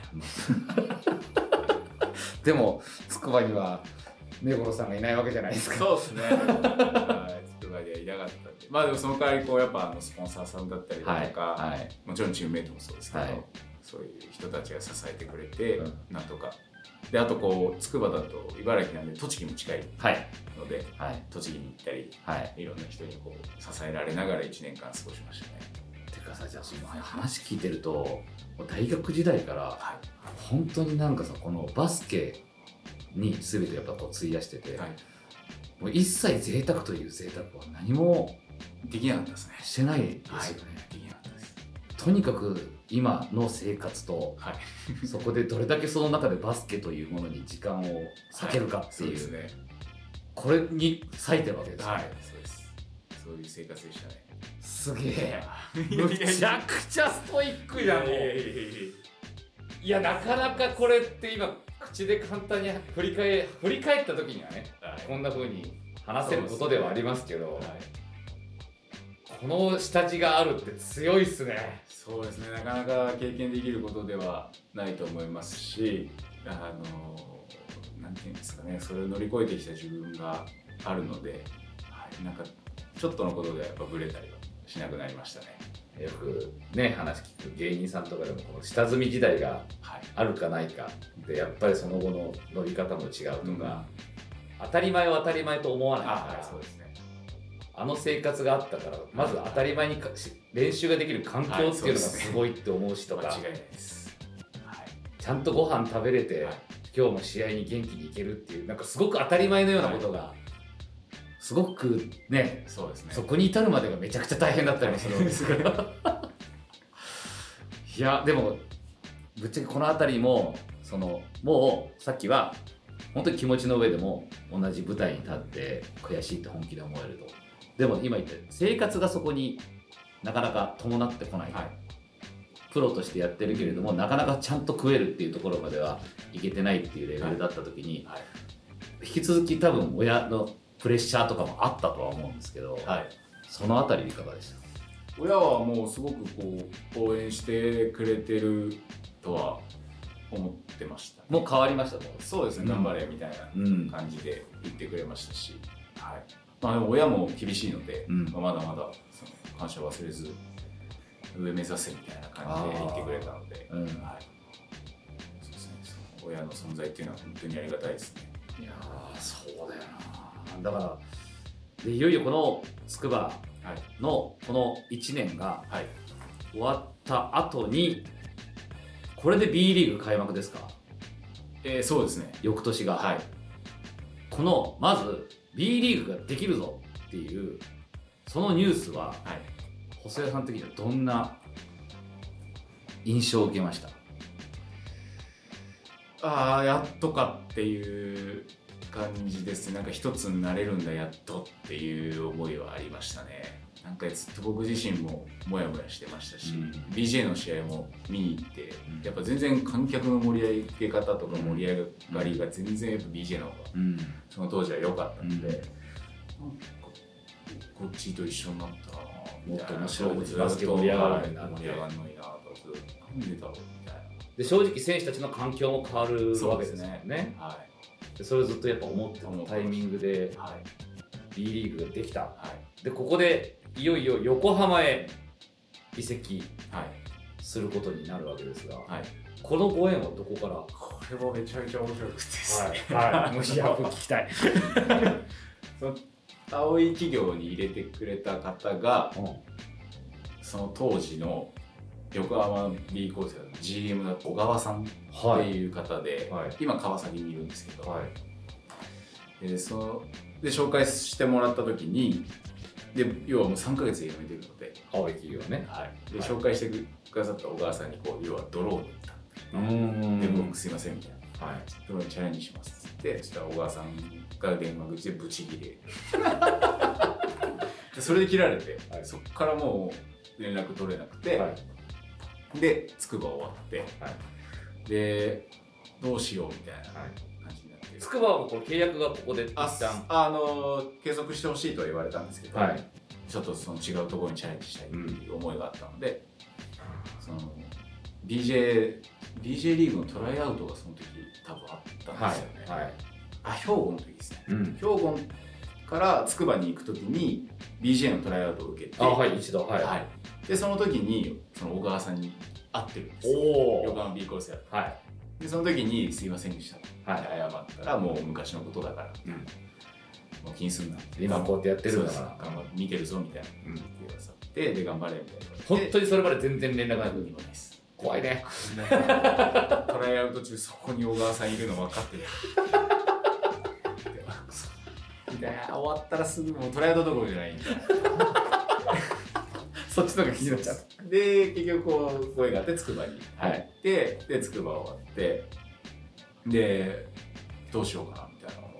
Speaker 1: でも筑波には根室さんがいないわけじゃないですか。
Speaker 2: そうですね。つくばにはいなかったんで、まあでもその代わりこうやっぱスポンサーさんだったりとか、もちろんチームメイトもそうですけど、そういう人たちが支えてくれて、なんとかで、あとこう筑波だと茨城なんで栃木も近いので、栃木に行ったり、いろんな人にこう支えられながら1年間過ごしましたね。
Speaker 1: てかさ、じゃあその話聞いてると大学時代から本当になんかさ、このバスケに全てやっぱこう費やしてて、もう一切贅沢という贅沢は何も
Speaker 2: できなかったですね。
Speaker 1: してないですよね。
Speaker 2: できなかったです。
Speaker 1: とにかく今の生活と、そこでどれだけその中でバスケというものに時間を割けるかっていう、これに割いてるわけですよね。
Speaker 2: そうです。そういう生活でしたね。
Speaker 1: すげえ。むちゃくちゃストイックじゃん。もういや、なかなかこれって今口で簡単に振り返った時にはね、こんな風に話せることではありますけど、 この下地があるって強いっすね。
Speaker 2: そうですね、なかなか経験できることではないと思いますし、なんていうんですかね、それを乗り越えてきた自分があるので、はい、なんかちょっとのことでやっぱブレたりはしなくなりましたね。
Speaker 1: よくね話聞く芸人さんとかでもこの下積み時代があるかないかでやっぱりその後の乗り方も違うとか、当たり前を当たり前と思わないから、
Speaker 2: そうですね、
Speaker 1: あの生活があったからまず当たり前に練習ができる環境っていうのがすごいって思うしとか、
Speaker 2: 間違いないです、はい、
Speaker 1: ちゃんとご飯食べれて、今日も試合に元気に行けるっていうなんかすごく当たり前のようなことが、すごくね、
Speaker 2: そうですね、
Speaker 1: そこに至るまでがめちゃくちゃ大変だったりもするんですけどいやでもぶっちゃけこの辺りももうさっきは本当に気持ちの上でも同じ舞台に立って悔しいって本気で思えると、でも今言った生活がそこになかなか伴ってこない、プロとしてやってるけれどもなかなかちゃんと食えるっていうところまではいけてないっていうレベルだった時に、引き続き多分親のプレッシャーとかもあったとは思うんですけど、そのあたりいかがでした？
Speaker 2: 親はもうすごく応援してくれてるとは思ってました、ね、
Speaker 1: もう変わりました？
Speaker 2: そうですね、頑張れみたいな感じで言ってくれましたし、でも親も厳しいので、まだまだその感謝忘れず上目指せみたいな感じで言ってくれたので、そうですね、親の存在っていうのは本当にありがたいですね。
Speaker 1: いやそうだよな。だからでいよいよこの筑波のこの1年が終わった後に、これで B リーグ開幕ですか？
Speaker 2: そうですね、
Speaker 1: 翌年が、このまず B リーグができるぞっていうそのニュースは、細谷さん的にはどんな印象を受けました？
Speaker 2: やっとかっていう感じですね。なんか一つになれるんだやっとっていう思いはありましたね。なんかずっと僕自身もモヤモヤしてましたし、BJ の試合も見に行って、やっぱ全然観客の盛り上げ方とか盛り上がりが全然やっぱ BJ の方が、その当時は良かったので、こっちと一緒になったらもっと面白いです、バスケ盛り上がるのになって盛り上がるのになとずっとなんでだろうみたいな。
Speaker 1: で正直選手たちの環境も変わるわけですね。でそれをずっとやっぱ思ってたタイミングで B リーグができた、でここでいよいよ横浜へ移籍することになるわけですが、このご縁はどこから？
Speaker 2: これもめちゃめちゃ面白くてですね、
Speaker 1: もしや聞きたい
Speaker 2: その青い企業に入れてくれた方が、その当時の横浜 B コースの GM だった小川さんっていう方で、今川崎にいるんですけど、で紹介してもらった時に、で要はもう3ヶ月で辞めてるので、
Speaker 1: 青い企業ね、
Speaker 2: で紹介してくださった小川さんに要はドローンに行った、で僕すいませんみたいな、ドローンにチャレンジしますって言って、そしたら小川さんが電話口でブチギレでそれで切られて、そこからもう連絡取れなくて、で筑波終わって、でどうしようみたいな感じになって、
Speaker 1: 筑波はこの契約がここで一旦
Speaker 2: 継続してほしいとは言われたんですけど、ちょっとその違うところにチャレンジしたいっていう思いがあったので、その BJ リーグのトライアウトがその時多分あったんですよね。兵庫の時ですね、兵庫から筑波に行く時に BJ のトライアウトを受けて、
Speaker 1: 一度
Speaker 2: でその時にその小川さんに会ってるんですよ、横浜 B コースやって、でその時にすいませんでしたって謝ったら、もう昔のことだから、もう気にすんな、
Speaker 1: 今こうやってやってるんだから
Speaker 2: 頑張って見てるぞみたいな言ってくださって、で頑張れみたいな。
Speaker 1: 本当にそれまで全然連絡がない
Speaker 2: 時もないです。
Speaker 1: 怖いね
Speaker 2: トライアウト中そこに小川さんいるの分かってる終わったらすぐもうトライアウトどころじゃないんだ
Speaker 1: そっちの方が気になっちゃう。
Speaker 2: で結局こう声があって筑波に入って、で筑波終わって、でどうしようかなみたいな思って、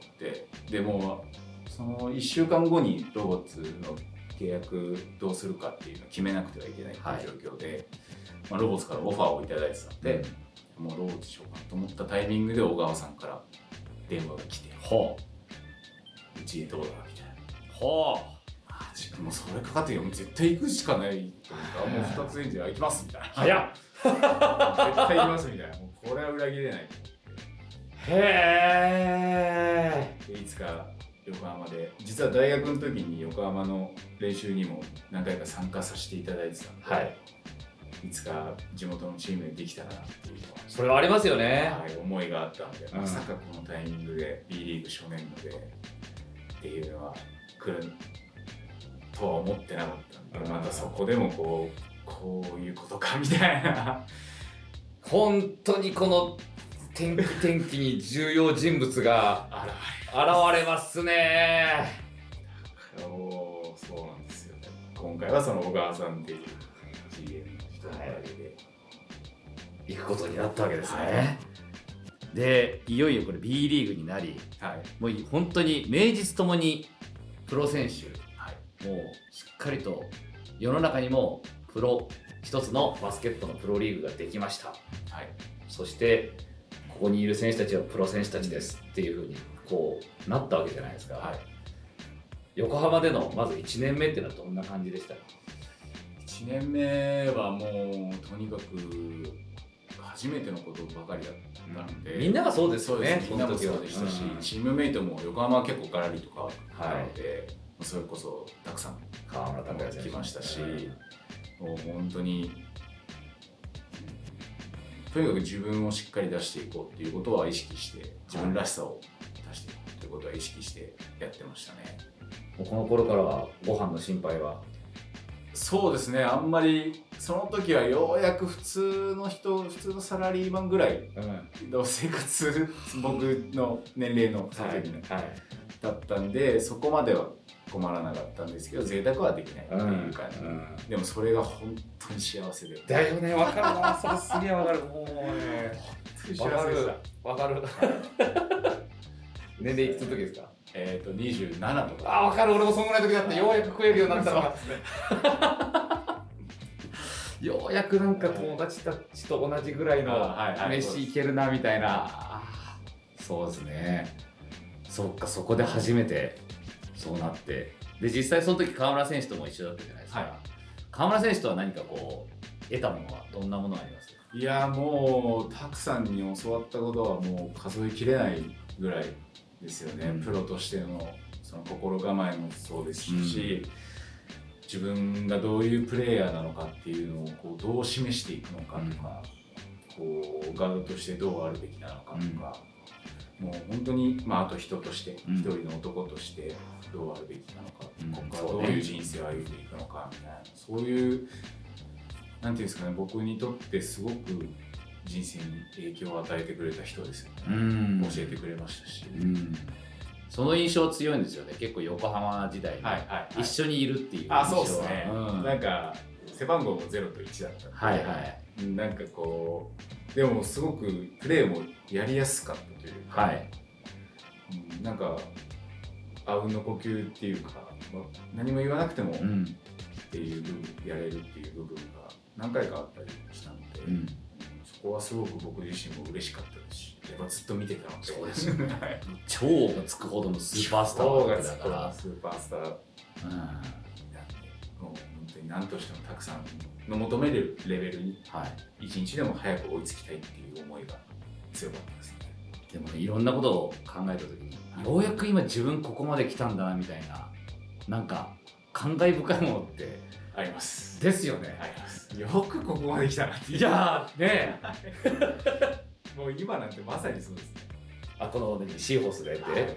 Speaker 2: でもうその1週間後にロボッツの契約どうするかっていうのを決めなくてはいけないっていう状況で、ロボッツからオファーをいただいてたんで、もうロボッツしようかなと思ったタイミングで小川さんから電話が来て、うちどうだみたいな。 もうそれかかってるよ、もう絶対行くしかないというか、もう2つ返事は行きますみたいな。
Speaker 1: 早っ
Speaker 2: 絶対行きますみたいな。もうこれは裏切れない。
Speaker 1: へ
Speaker 2: でいつか横浜で、実は大学の時に横浜の練習にも何回か参加させていただいてたので、
Speaker 1: はい、
Speaker 2: いつか地元のチームでできたらなっていうのは、
Speaker 1: それはありますよね。
Speaker 2: はい、思いがあったので、まさかこのタイミングで B リーグ初年度でっていうのは来るとは思ってなかったんで、またそこでもこういうことかみたいな。
Speaker 1: 本当にこの天気に重要人物が現れますね。
Speaker 2: そうなんですよね。今回はその小川さんっていう GM の人のおかげで、
Speaker 1: 行くことになったわけですね。
Speaker 2: はい、
Speaker 1: でいよいよこれ B リーグになり、
Speaker 2: はい、
Speaker 1: もう本当に名実ともにプロ選手、
Speaker 2: はい、
Speaker 1: もうしっかりと世の中にも一つのバスケットのプロリーグができました、はい、そしてここにいる選手たちはプロ選手たちですっていう風にこうなったわけじゃないですか、はい、横浜でのまず1年目っていうのはどんな感じでしたか
Speaker 2: ？1年目はもうとにかく初めてのことばかりだったので、
Speaker 1: みんながそうですよね。
Speaker 2: みんなもそうでしたし、チームメイトも横浜は結構ガラリとかあったので、それこそたくさん
Speaker 1: 河村拓哉選手
Speaker 2: 来ましたし、もう本当にとにかく自分をしっかり出していこうっていうことは意識して、自分らしさを出していこうということは意識してやってましたね。
Speaker 1: もうこの頃からはご飯の心配は？
Speaker 2: そうですね、あんまりその時はようやく普通のサラリーマンぐらいの生活、僕の年齢のその時に、だったんで、そこまでは困らなかったんですけど、贅沢はできないっていう感じ、でもそれが本当に幸せで。
Speaker 1: だよね、わかるな、それすげえわかる。もうね、わかる年齢いくつの時ですか
Speaker 2: ？27とか。
Speaker 1: あ、わかる、俺もそのぐらいの時だった。ようやく食えるようになったのがようやくなんか友達たちと同じぐらいの飯いけるなみたいな。そうですね。そっか、そこで初めてそうなって、で実際その時河村選手とも一緒だったじゃないですか、はい、河村選手とは何かこう得たものはどんなものがありますか？
Speaker 2: いや、もうたくさんに教わったことはもう数えきれないぐらいですよね、プロとしてのその心構えもそうですし、自分がどういうプレイヤーなのかっていうのをこうどう示していくのかとか、こうガードとしてどうあるべきなのかとか、もう本当に、あと人として一人の男としてどうあるべきなのか、ここからどういう人生を歩んでいくのかみたいな、そういうなんていうんですかね、僕にとってすごく人生に影響を与えてくれた人ですよね。教えてくれましたし、
Speaker 1: その印象強いんですよね。結構横浜時代に一緒にいるっていう印象は。
Speaker 2: そうですね、なんか背番号も0と1だったんで、なんかこうでもすごくプレーもやりやすかったというか、なんかあうんの呼吸っていうか、何も言わなくてもっていう部分、やれるっていう部分が何回かあったりしたので、そこはすごく僕自身も嬉しかったですし、やっぱずっと見てたので。そうですよね
Speaker 1: 超がつくほどのスーパースターだから、
Speaker 2: スーパースターもう本当に何としてもたくさんの求めるレベルに一日でも早く追いつきたいっていう思いが強かったですね。
Speaker 1: でもね、いろんなことを考えた時に、ようやく今自分ここまで来たんだなみたいな、なんか感慨深いものって
Speaker 2: あります
Speaker 1: ですよね。
Speaker 2: あります。よくここまで来たなって。
Speaker 1: いやーね
Speaker 2: もう今なんてまさにそうですね。
Speaker 1: このシーホースでやって、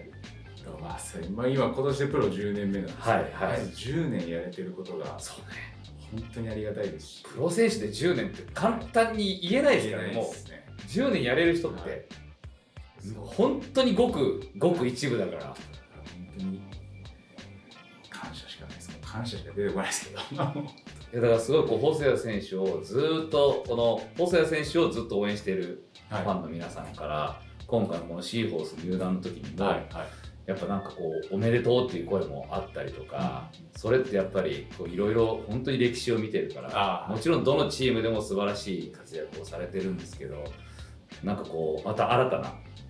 Speaker 2: まさに、今年でプロ10年目なんですけど、まず10年やれてることが本当にありがたいですし、
Speaker 1: プロ選手で10年って簡単に言えないですからね。もう10年やれる人って本当にごく一部だから、本
Speaker 2: 当に感謝しかないです。感謝しか出てこないですけど
Speaker 1: だからすごい細谷選手をずっと細谷選手をずっと応援しているファンの皆さんから、今回のこのシーホース入団の時にも、やっぱなんかこうおめでとうっていう声もあったりとか、それってやっぱりいろいろ本当に歴史を見てるから、もちろんどのチームでも素晴らしい活躍をされてるんですけど、なんかこうまた新たな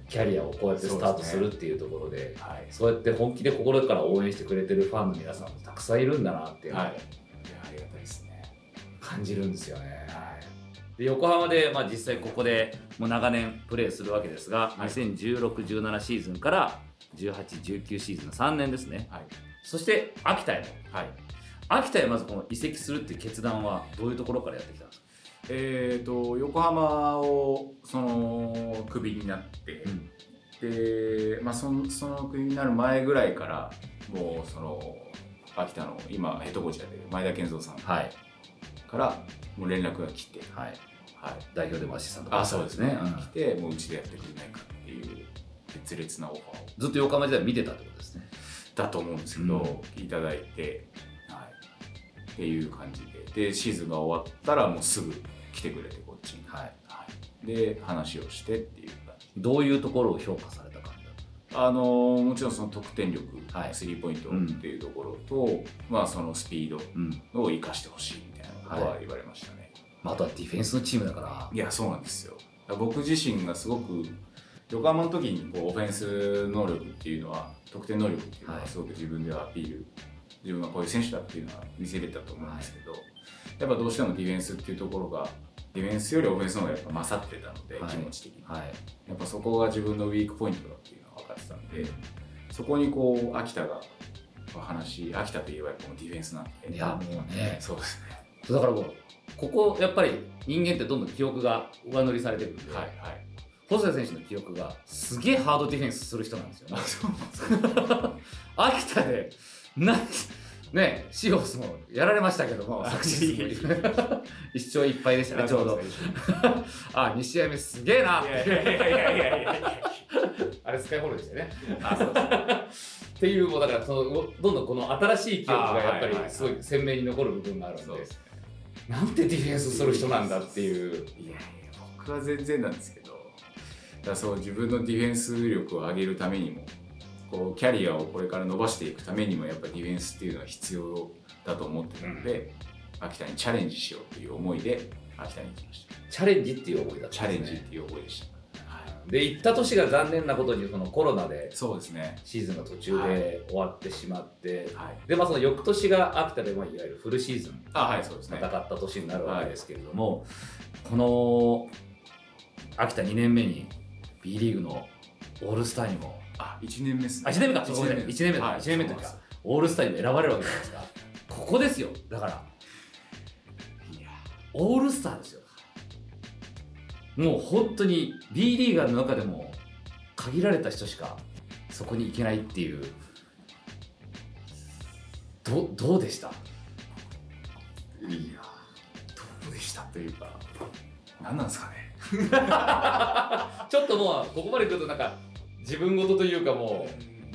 Speaker 1: キャリアをこうやってスタートするっていうところで、そうやって本気で心から応援してくれてるファンの皆さんもたくさんいるんだなっていうのを、
Speaker 2: ありがたいですね、
Speaker 1: 感じるんですよね。で横浜で、実際ここでもう長年プレーするわけですが、2016-17シーズンから18-19シーズンの3年ですね、そして秋田への、秋田へまずこの移籍するっていう決断はどういうところからやってきたんですか？
Speaker 2: 横浜をクビになって、で、そのクビになる前ぐらいからもう秋田の今ヘッドコーチやってる前田健三さんからもう連絡が来て、
Speaker 1: 代表でもアシスタント
Speaker 2: そうですね、来てもううちでやってくれないかっていう熱烈なオファーを
Speaker 1: ずっと横浜時代見てたってことですね。
Speaker 2: だと思うんですけど、いただいて、っていう感じでシーズンが終わったらもうすぐ来てくれてこっちに、で話をしてっていう感じ。
Speaker 1: どういうところを評価されたか？
Speaker 2: もちろんその得点力、スリーポイントっていうところと、そのスピードを生かしてほしいみたいなことは言われましたね。
Speaker 1: あとはディフェンスのチームだから。
Speaker 2: いや、そうなんですよ。僕自身がすごく横浜の時にオフェンス能力っていうのは、得点能力っていうのはすごく自分ではアピール、自分がこういう選手だっていうのは見せれたと思うんですけど、やっぱどうしてもディフェンスっていうところがディフェンスよりオフェンスの方がやっぱ勝ってたので、気持ち的に、やっぱそこが自分のウィークポイントだっていうのは分かってたんで、そこに秋田が秋田といえばやっぱディフェンスなんで。
Speaker 1: いやもうね、
Speaker 2: そうですね。
Speaker 1: だからもうここやっぱり人間ってどんどん記憶が上乗りされてくるんで、細谷選手の記憶がすげえハードディフェンスする人なんですよね。秋田でね、シオスもやられましたけども、昨シーズン1勝1敗でしたね、ちょうど。2試合目すげえなって。あれスカイホールでしたね。そうですっていう、もうだからどんどんこの新しい記憶がやっぱりすごい鮮明に残る部分があるんで、なんてディフェンスする人なんだっていう。
Speaker 2: いや僕は全然なんですけど、だからそう自分のディフェンス力を上げるためにも、キャリアをこれから伸ばしていくためにもやっぱりディフェンスっていうのは必要だと思ってたので、秋田にチャレンジしようという思いで秋田に行きました。
Speaker 1: チャレンジっていう思いだったんですね。
Speaker 2: チャレンジっていう思いでした。
Speaker 1: で行った年が残念なことにコロナで
Speaker 2: そうですね、
Speaker 1: シーズンが途中で終わってしまって、でその翌年が秋田でいわゆるフルシーズン戦った年になるわけですけれども、この秋田2年目に B リーグのオールスターにも
Speaker 2: 1年目ですね。
Speaker 1: 1年目か、1年目というかオールスターにも選ばれるわけじゃないですか。ここですよ。だからオールスターですよ。もう本当に B リーガーの中でも限られた人しかそこに行けないっていう。どうでした？
Speaker 2: いや、どうでしたというか、何なんですかね。
Speaker 1: ちょっともうここまで来るとなんか自分事というか、も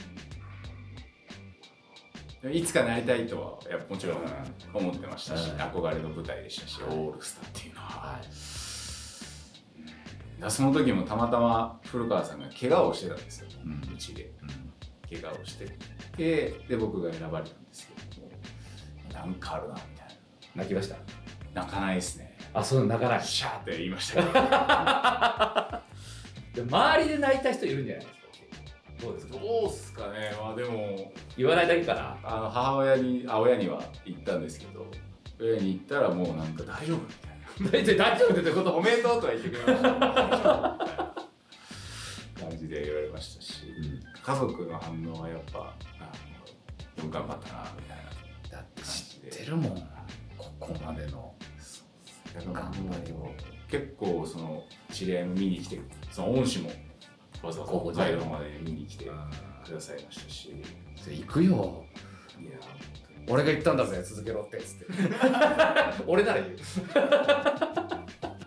Speaker 2: ういつかなりたいとはもちろん思ってましたし、憧れの舞台でしたし、オールスターっていうのは、その時もたまたま古川さんが怪我をしてたんですよ、うちで、怪我をしてて、で僕が選ばれたんですけども、なんかあるなみたいな。
Speaker 1: 泣きました？
Speaker 2: 泣かないですね。
Speaker 1: そう泣かない。
Speaker 2: シャーって言いました
Speaker 1: けど周りで泣いた人いるんじゃないですか？どう
Speaker 2: ですかね。でも
Speaker 1: 言わないだけかな。
Speaker 2: 母親に親には言ったんですけど、親に言ったらもうなんか大丈夫みたいな。
Speaker 1: 大丈夫ってこと？
Speaker 2: おめでとうとは言ってくれました。大丈夫みたいな感じで言われましたし、家族の反応はやっぱでも頑張ったなみたいな。
Speaker 1: だって知ってるもん、ここまでの
Speaker 2: 頑張りを。結構知り合いも見に来て、その恩師もわざわざ北海道まで見に来てくださいましたし。
Speaker 1: 行くよ。いや俺が言ったんだぜ、続けろってつって俺なら言う。そうなん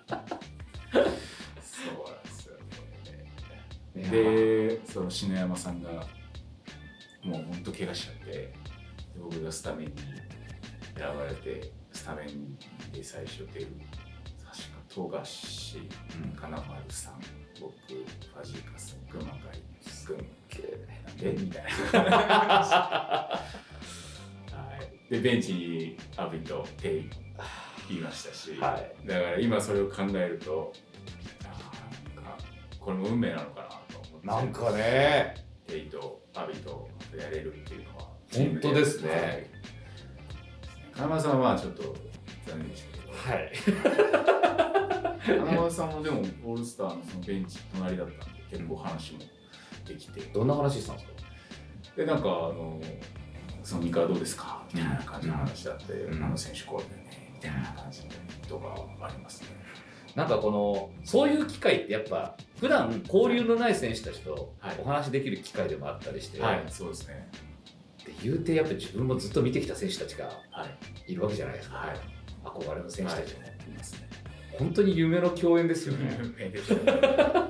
Speaker 2: ですよね。で篠山さんがもうほんと怪我しちゃって、僕がスタメンに選ばれて、スタメンで最初出る、確か富樫、金丸さん、僕、ファジーカス、熊谷君みたいなでベンチにアビとテイいましたし、だから今それを考えると、なんかこれも運命なのかなと思っ
Speaker 1: なんかね、
Speaker 2: テイとアビとやれるっていうのは
Speaker 1: 本当ですね。
Speaker 2: 金丸さんはまあちょっと残念でしたけど、はい、金丸さんもでもオールスターのそのベンチ隣だったんで結構話もできて、
Speaker 1: どんな話したんですか？
Speaker 2: でなんかその三河どうですかみたいな感じの話だって、あの選手こうだよねみたいな感じのとかありますね。
Speaker 1: なんかそういう機会ってやっぱ普段交流のない選手たちとお話できる機会でもあったりして、
Speaker 2: はい、そうですね。
Speaker 1: で言うてやっぱ自分もずっと見てきた選手たちがいるわけじゃないですか、
Speaker 2: はい、
Speaker 1: 憧れの選手たちも、
Speaker 2: いますね。
Speaker 1: 本当に夢の共演ですよね。
Speaker 2: 夢でしょうね。あれ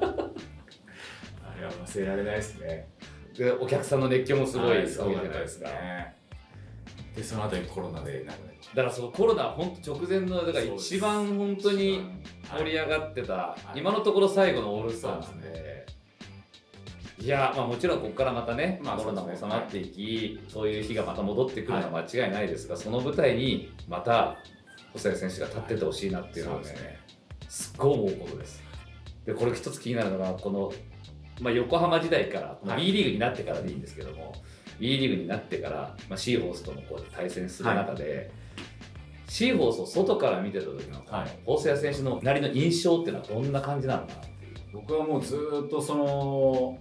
Speaker 2: は忘れられないですね。
Speaker 1: でお客さんの熱狂もすごいすごいじゃないですか。
Speaker 2: でその後にコロナで亡くなっちゃう。
Speaker 1: だからそのコロナ本当直前のだから一番本当に盛り上がってた、今のところ最後のオールスターですね。いや、まあもちろんここからまたね、コロナも収まっていき、そういう日がまた戻ってくるのは間違いないですが、その舞台にまた細谷選手が立っててほしいなっていうのはね、すっごい思うことです。でこれ一つ気になるのがこの、横浜時代から、B リーグになってからでいいんですけども、B リーグになってから、シーホースともこう対戦する中で、シーホースを外から見てた時の細谷選手のなりの印象っていうのはどんな感じなのかなっていう。
Speaker 2: 僕はもうずっとその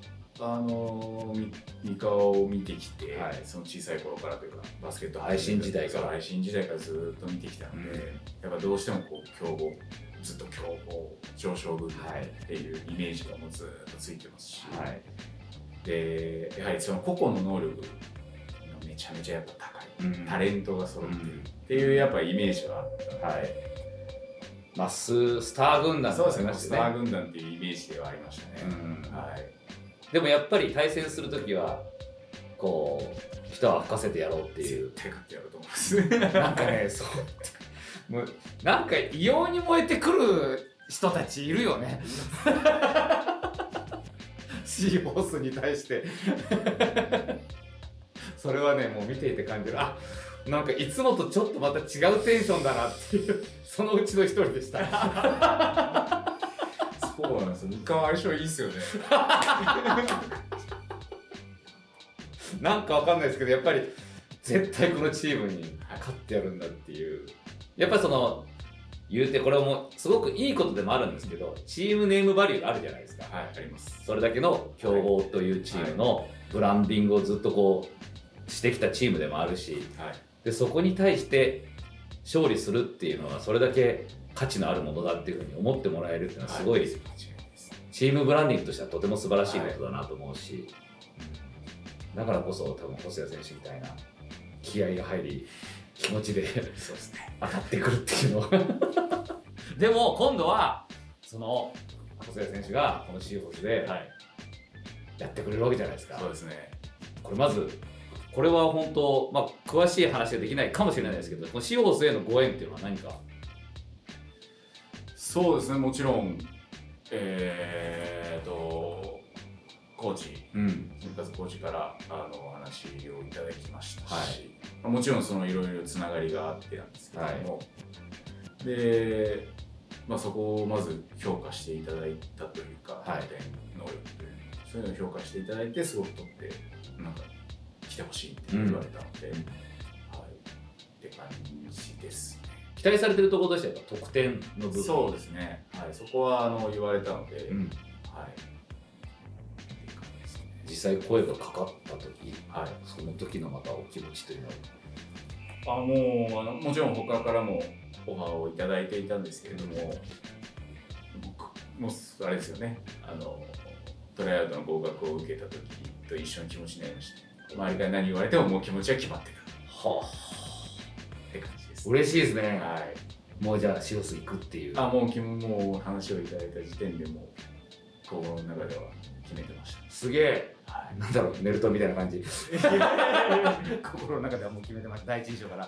Speaker 2: 三河を見てきて、その小さい頃からというかバスケット
Speaker 1: 配信時代から
Speaker 2: ずっと見てきたので、やっぱどうしてもこう強豪、ずっと強豪上昇軍っていうイメージがもうずっとついてますし、でやはりその個々の能力がめちゃめちゃやっぱ高い、タレントが揃ってるっていうやっぱイメージはあったので、
Speaker 1: スター軍団
Speaker 2: そうですね、スター軍団っていうイメージではありましたね。
Speaker 1: でもやっぱり対戦するときはこう人は吹かせてやろうっていう、
Speaker 2: 絶対勝ってやろうと思います。
Speaker 1: なんかね、そうもうなんか異様に燃えてくる人たちいるよね。シーホースに対してそれはねもう見ていて感じる。あ、なんかいつもとちょっとまた違うテンションだなっていうそのうちの一人でした。
Speaker 2: そうなんですよ。三河相性いいっすよね。
Speaker 1: なんかわかんないですけど、やっぱり絶対このチームに勝ってやるんだっていう、やっぱりその言うてこれもすごくいいことでもあるんですけど、チームネームバリューがあるじゃないですか。
Speaker 2: はい、あります。
Speaker 1: それだけの強豪というチームのブランディングをずっとこうしてきたチームでもあるし、でそこに対して勝利するっていうのはそれだけ価値のあるものだっていうふうに思ってもらえるっていうのはすごい、チームブランディングとしてはとても素晴らしいことだなと思うし、だからこそ多分細谷選手みたいな気合が入り気持ちで当たってくるっていうのはでも今度はその細谷選手がこのシーホースでやってくれるわけじゃないですか。
Speaker 2: そうですね。
Speaker 1: これまずこれは本当、詳しい話ができないかもしれないですけど、このシーホースへのご縁っていうのは何か。
Speaker 2: そうですね、もちろんコーチ、先発コーチからお話をいただきましたし、もちろんそのいろいろつながりがあってなんですけども、で、そこをまず評価していただいたというか、得点能力というそういうのを評価していただいて、すごく取ってなんか来てほしいって言われたので、って感じですね。
Speaker 1: 期待されてるところとしては得点の部分。
Speaker 2: そうですね、そこは言われたので、
Speaker 1: 実際声がかかった時、その時のまたお気持ちというのは。
Speaker 2: もちろん他からもオファーをいただいていたんですけれども、僕もあれですよね、トライアウトの合格を受けた時と一緒の気持ちになりました。周りから何言われてももう気持ちは決まってたって感じです。
Speaker 1: 嬉しいですね。もうじゃあシオス行くっていう。
Speaker 2: もう話をいただいた時点でもう心の中では決めてました。
Speaker 1: すげえ。なんだろう、ネルトみたいな感じ。心の中ではもう決めてました、第一印象から。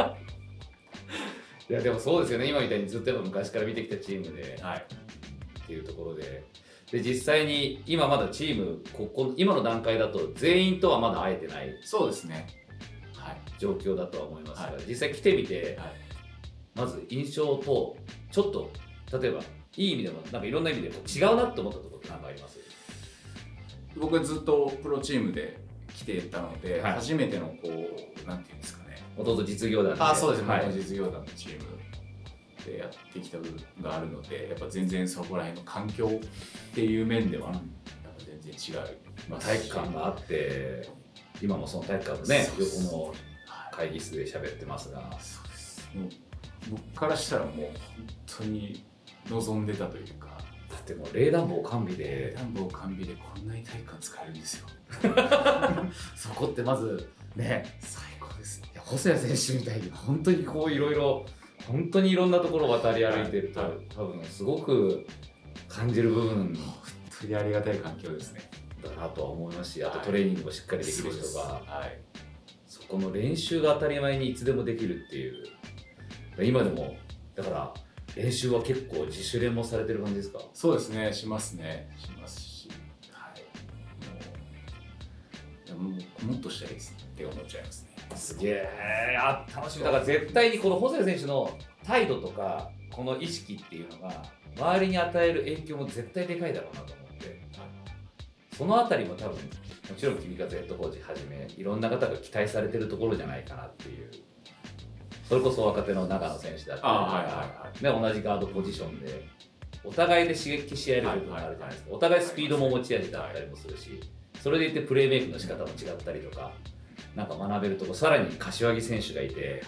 Speaker 1: いやでもそうですよね、今みたいにずっと昔から見てきたチームで、っていうところで、実際に今まだチーム今の段階だと全員とはまだ会えてない。
Speaker 2: そうですね。
Speaker 1: 状況だとは思いますが、実際来てみて、まず印象とちょっと例えばいい意味でもなんかいろんな意味でこう違うなって思ったところって何かあります？
Speaker 2: 僕はずっとプロチームで来てたので、
Speaker 1: はい、
Speaker 2: 初めてのこうなんていうんですかね、
Speaker 1: 弟実業団で、
Speaker 2: そうですね、
Speaker 1: はい、
Speaker 2: 実業団のチームでやってきた部分があるので、やっぱ全然そこら辺の環境っていう面ではやっぱ全然違う、
Speaker 1: 体育館があって、今もその体育館のね横の会議室で喋ってますが、
Speaker 2: そうです。もう僕からしたらもう本当に望んでたというか、
Speaker 1: だってもう冷暖房完備で
Speaker 2: こんなに体育館使えるんですよ
Speaker 1: そこってまずね、
Speaker 2: 最高ですね。
Speaker 1: いや細谷選手みたいに本当にこういろいろ本当にいろんなところを渡り歩いてると、多分すごく感じる部分
Speaker 2: 本当にありがたい環境ですね
Speaker 1: だなとは思いますし、あとトレーニングもしっかりできる人が、
Speaker 2: はい、
Speaker 1: そこの練習が当たり前にいつでもできるっていう、今でもだから練習は結構自主練もされてる感じですか？
Speaker 2: そうですね、しますし、はい、もっとしたいですって思っちゃいますね。
Speaker 1: すげえ、楽しみだから絶対にこの細谷選手の態度とかこの意識っていうのが周りに与える影響も絶対でかいだろうなと思って、そのあたりも多分もちろん君が Z コーチはじめいろんな方が期待されてるところじゃないかなっていう。それこそ若手の長野選手だったりとか、同じガードポジションでお互いで刺激し合える部分があるじゃないですか。お互いスピードも持ち味だったりもするし、それでいてプレーメイクの仕方も違ったりとか、なんか学べるところ、さらに柏木選手がいて、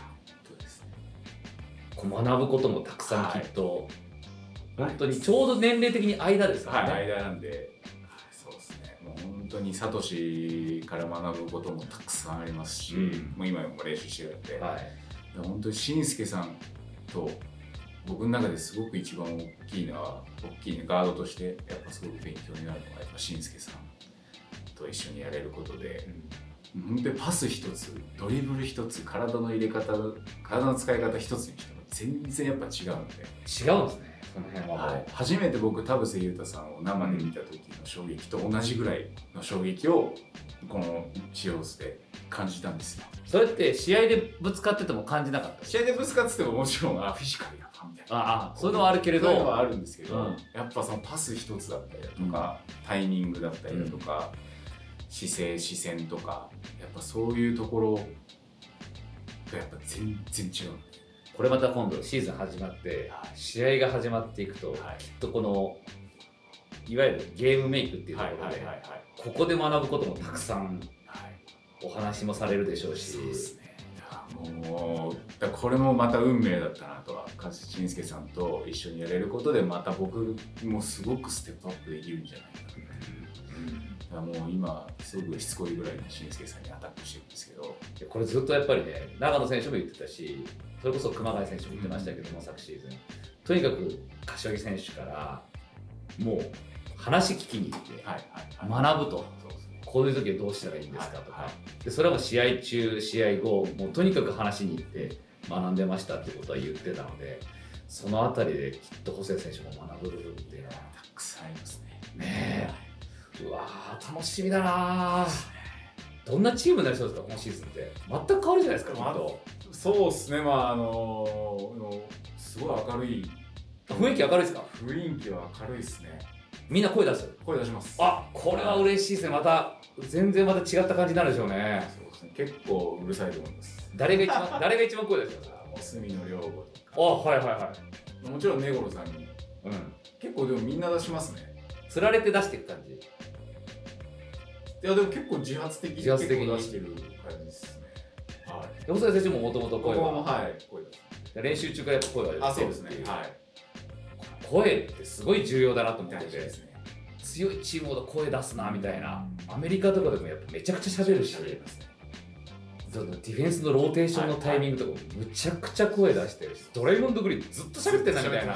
Speaker 1: こう学ぶこともたくさんきっと、本当にちょうど年齢的に間ですよね。
Speaker 2: 間なんで、そうですね。もう本当にサトシから学ぶこともたくさんありますし、もう今も練習してるんで。本当に紳助さんと僕の中ですごく一番大きいガードとしてやっぱすごく勉強になるのがやっぱ紳助さんと一緒にやれることで、本当にパス一つ、ドリブル一つ、体の入れ方、体の使い方一つにしても全然やっぱ違うので。違うんですね、
Speaker 1: その辺は。
Speaker 2: 初めて僕田臥勇太さんを生で見た時の衝撃と同じぐらいの衝撃をこのシオースで感じたんですよ。
Speaker 1: それって試合でぶつかってても感じなかった？
Speaker 2: 試合でぶつかっててももちろんフィジカルやばみたいな、
Speaker 1: そういうのはあるけれど、
Speaker 2: そういうのはあるんですけど、やっぱそのパス一つだったりだとか、タイミングだったりだとか、姿勢視線とか、やっぱそういうところがやっぱ全然違う。
Speaker 1: これまた今度シーズン始まって試合が始まっていくと、きっとこのいわゆるゲームメイクっていうところでここで学ぶこともたくさんお話もされるでしょうし、
Speaker 2: そうですね、もうこれもまた運命だったなとは、紳助さんと一緒にやれることでまた僕もすごくステップアップできるんじゃないかな、もう今すごくしつこいぐらいの紳助さんにアタックしてるんですけど、
Speaker 1: これずっとやっぱりね、長野選手も言ってたし、それこそ熊谷選手も言ってましたけども、昨シーズンとにかく柏木選手からもう話聞きに行って学ぶと、こういう時はどうしたらいいんですかとか、でそれはもう試合中試合後もうとにかく話しに行って学んでましたってことは言ってたので、そのあたりできっと細谷選手も学ぶ部分っていうのは
Speaker 2: たくさんありますね。
Speaker 1: ねえ、うわー楽しみだな。どんなチームになりそうですか今シーズンって。全く変わるじゃないですか。
Speaker 2: そうですね、すごい明るい
Speaker 1: 雰囲気明るいですか？
Speaker 2: 雰囲気は明るいですね。
Speaker 1: みんな声出
Speaker 2: します。
Speaker 1: これは嬉しいですね。また全然また違った感じになるでしょうね。
Speaker 2: そうですね、結構うるさいと思います。
Speaker 1: 誰が一番声出してますか？
Speaker 2: 隅野良吾とか、
Speaker 1: はいはいはい、
Speaker 2: もちろん根頃さんに、結構でもみんな出しますね。
Speaker 1: 釣られて出していく感じ。
Speaker 2: いやでも結構自発的に出してる感じですね。
Speaker 1: 細谷選手ももともと声は、
Speaker 2: 声出す。
Speaker 1: 練習中からやっぱ声が出てる。
Speaker 2: そうですね。
Speaker 1: 声ってすごい重要だなと思ってて、強いチームほど声出すなみたいな。アメリカとかでもやっぱめちゃくちゃ喋るし、ディフェンスのローテーションのタイミングとかもむちゃくちゃ声出してるし、ドライモンドグリーンずっと喋ってんなみたいな。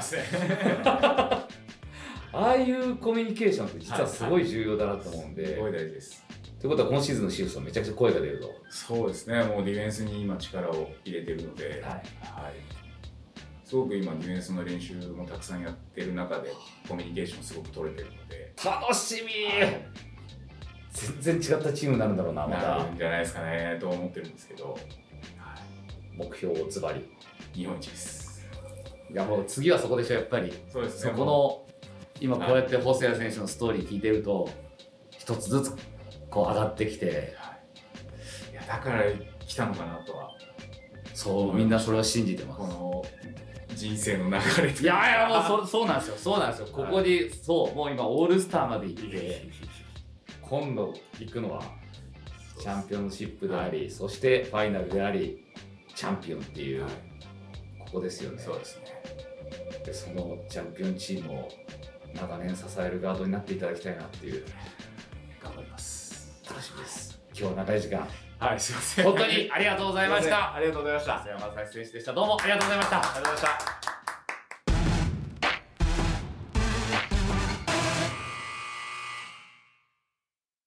Speaker 1: ああいうコミュニケーションって実はすごい重要だなと思うんで。
Speaker 2: すごい大事です。
Speaker 1: ということは今シーズンのシーズンはめちゃくちゃ声が出ると。
Speaker 2: そうですね、もうディフェンスに今力を入れてるので、すごく今ディフェンスの練習もたくさんやってる中でコミュニケーションすごく取れてるので
Speaker 1: 楽しみ、全然違ったチームになるんだろうな。また
Speaker 2: なるんじゃないですかねと思ってるんですけど、
Speaker 1: 目標をズバリ
Speaker 2: 日本一です。
Speaker 1: いやもう次はそこでしょやっぱり。
Speaker 2: そうですね。
Speaker 1: そこの今こうやって細谷選手のストーリー聞いてると一つずつこう上がってきて、
Speaker 2: いやだから来たのかなとは。
Speaker 1: そうみんなそれは信じてます。
Speaker 2: この人生の流れと
Speaker 1: いやいやもうそうなんですよそうなんですよ。ここにそうもう今オールスターまで行って今度行くのはチャンピオンシップであり、そしてファイナルでありチャンピオンっていう、ここですよね。
Speaker 2: そうですね。
Speaker 1: でそのチャンピオンチームを長年支えるガードになっていただきたいなっていう。
Speaker 2: 頑張ります。
Speaker 1: 楽しみです。今日は長い時間
Speaker 2: はい、すいません。
Speaker 1: 本当にありがとうございました。
Speaker 2: ありがとうございました。
Speaker 1: 松山選手でした。どうもありがとうございました。
Speaker 2: ありがとうございました。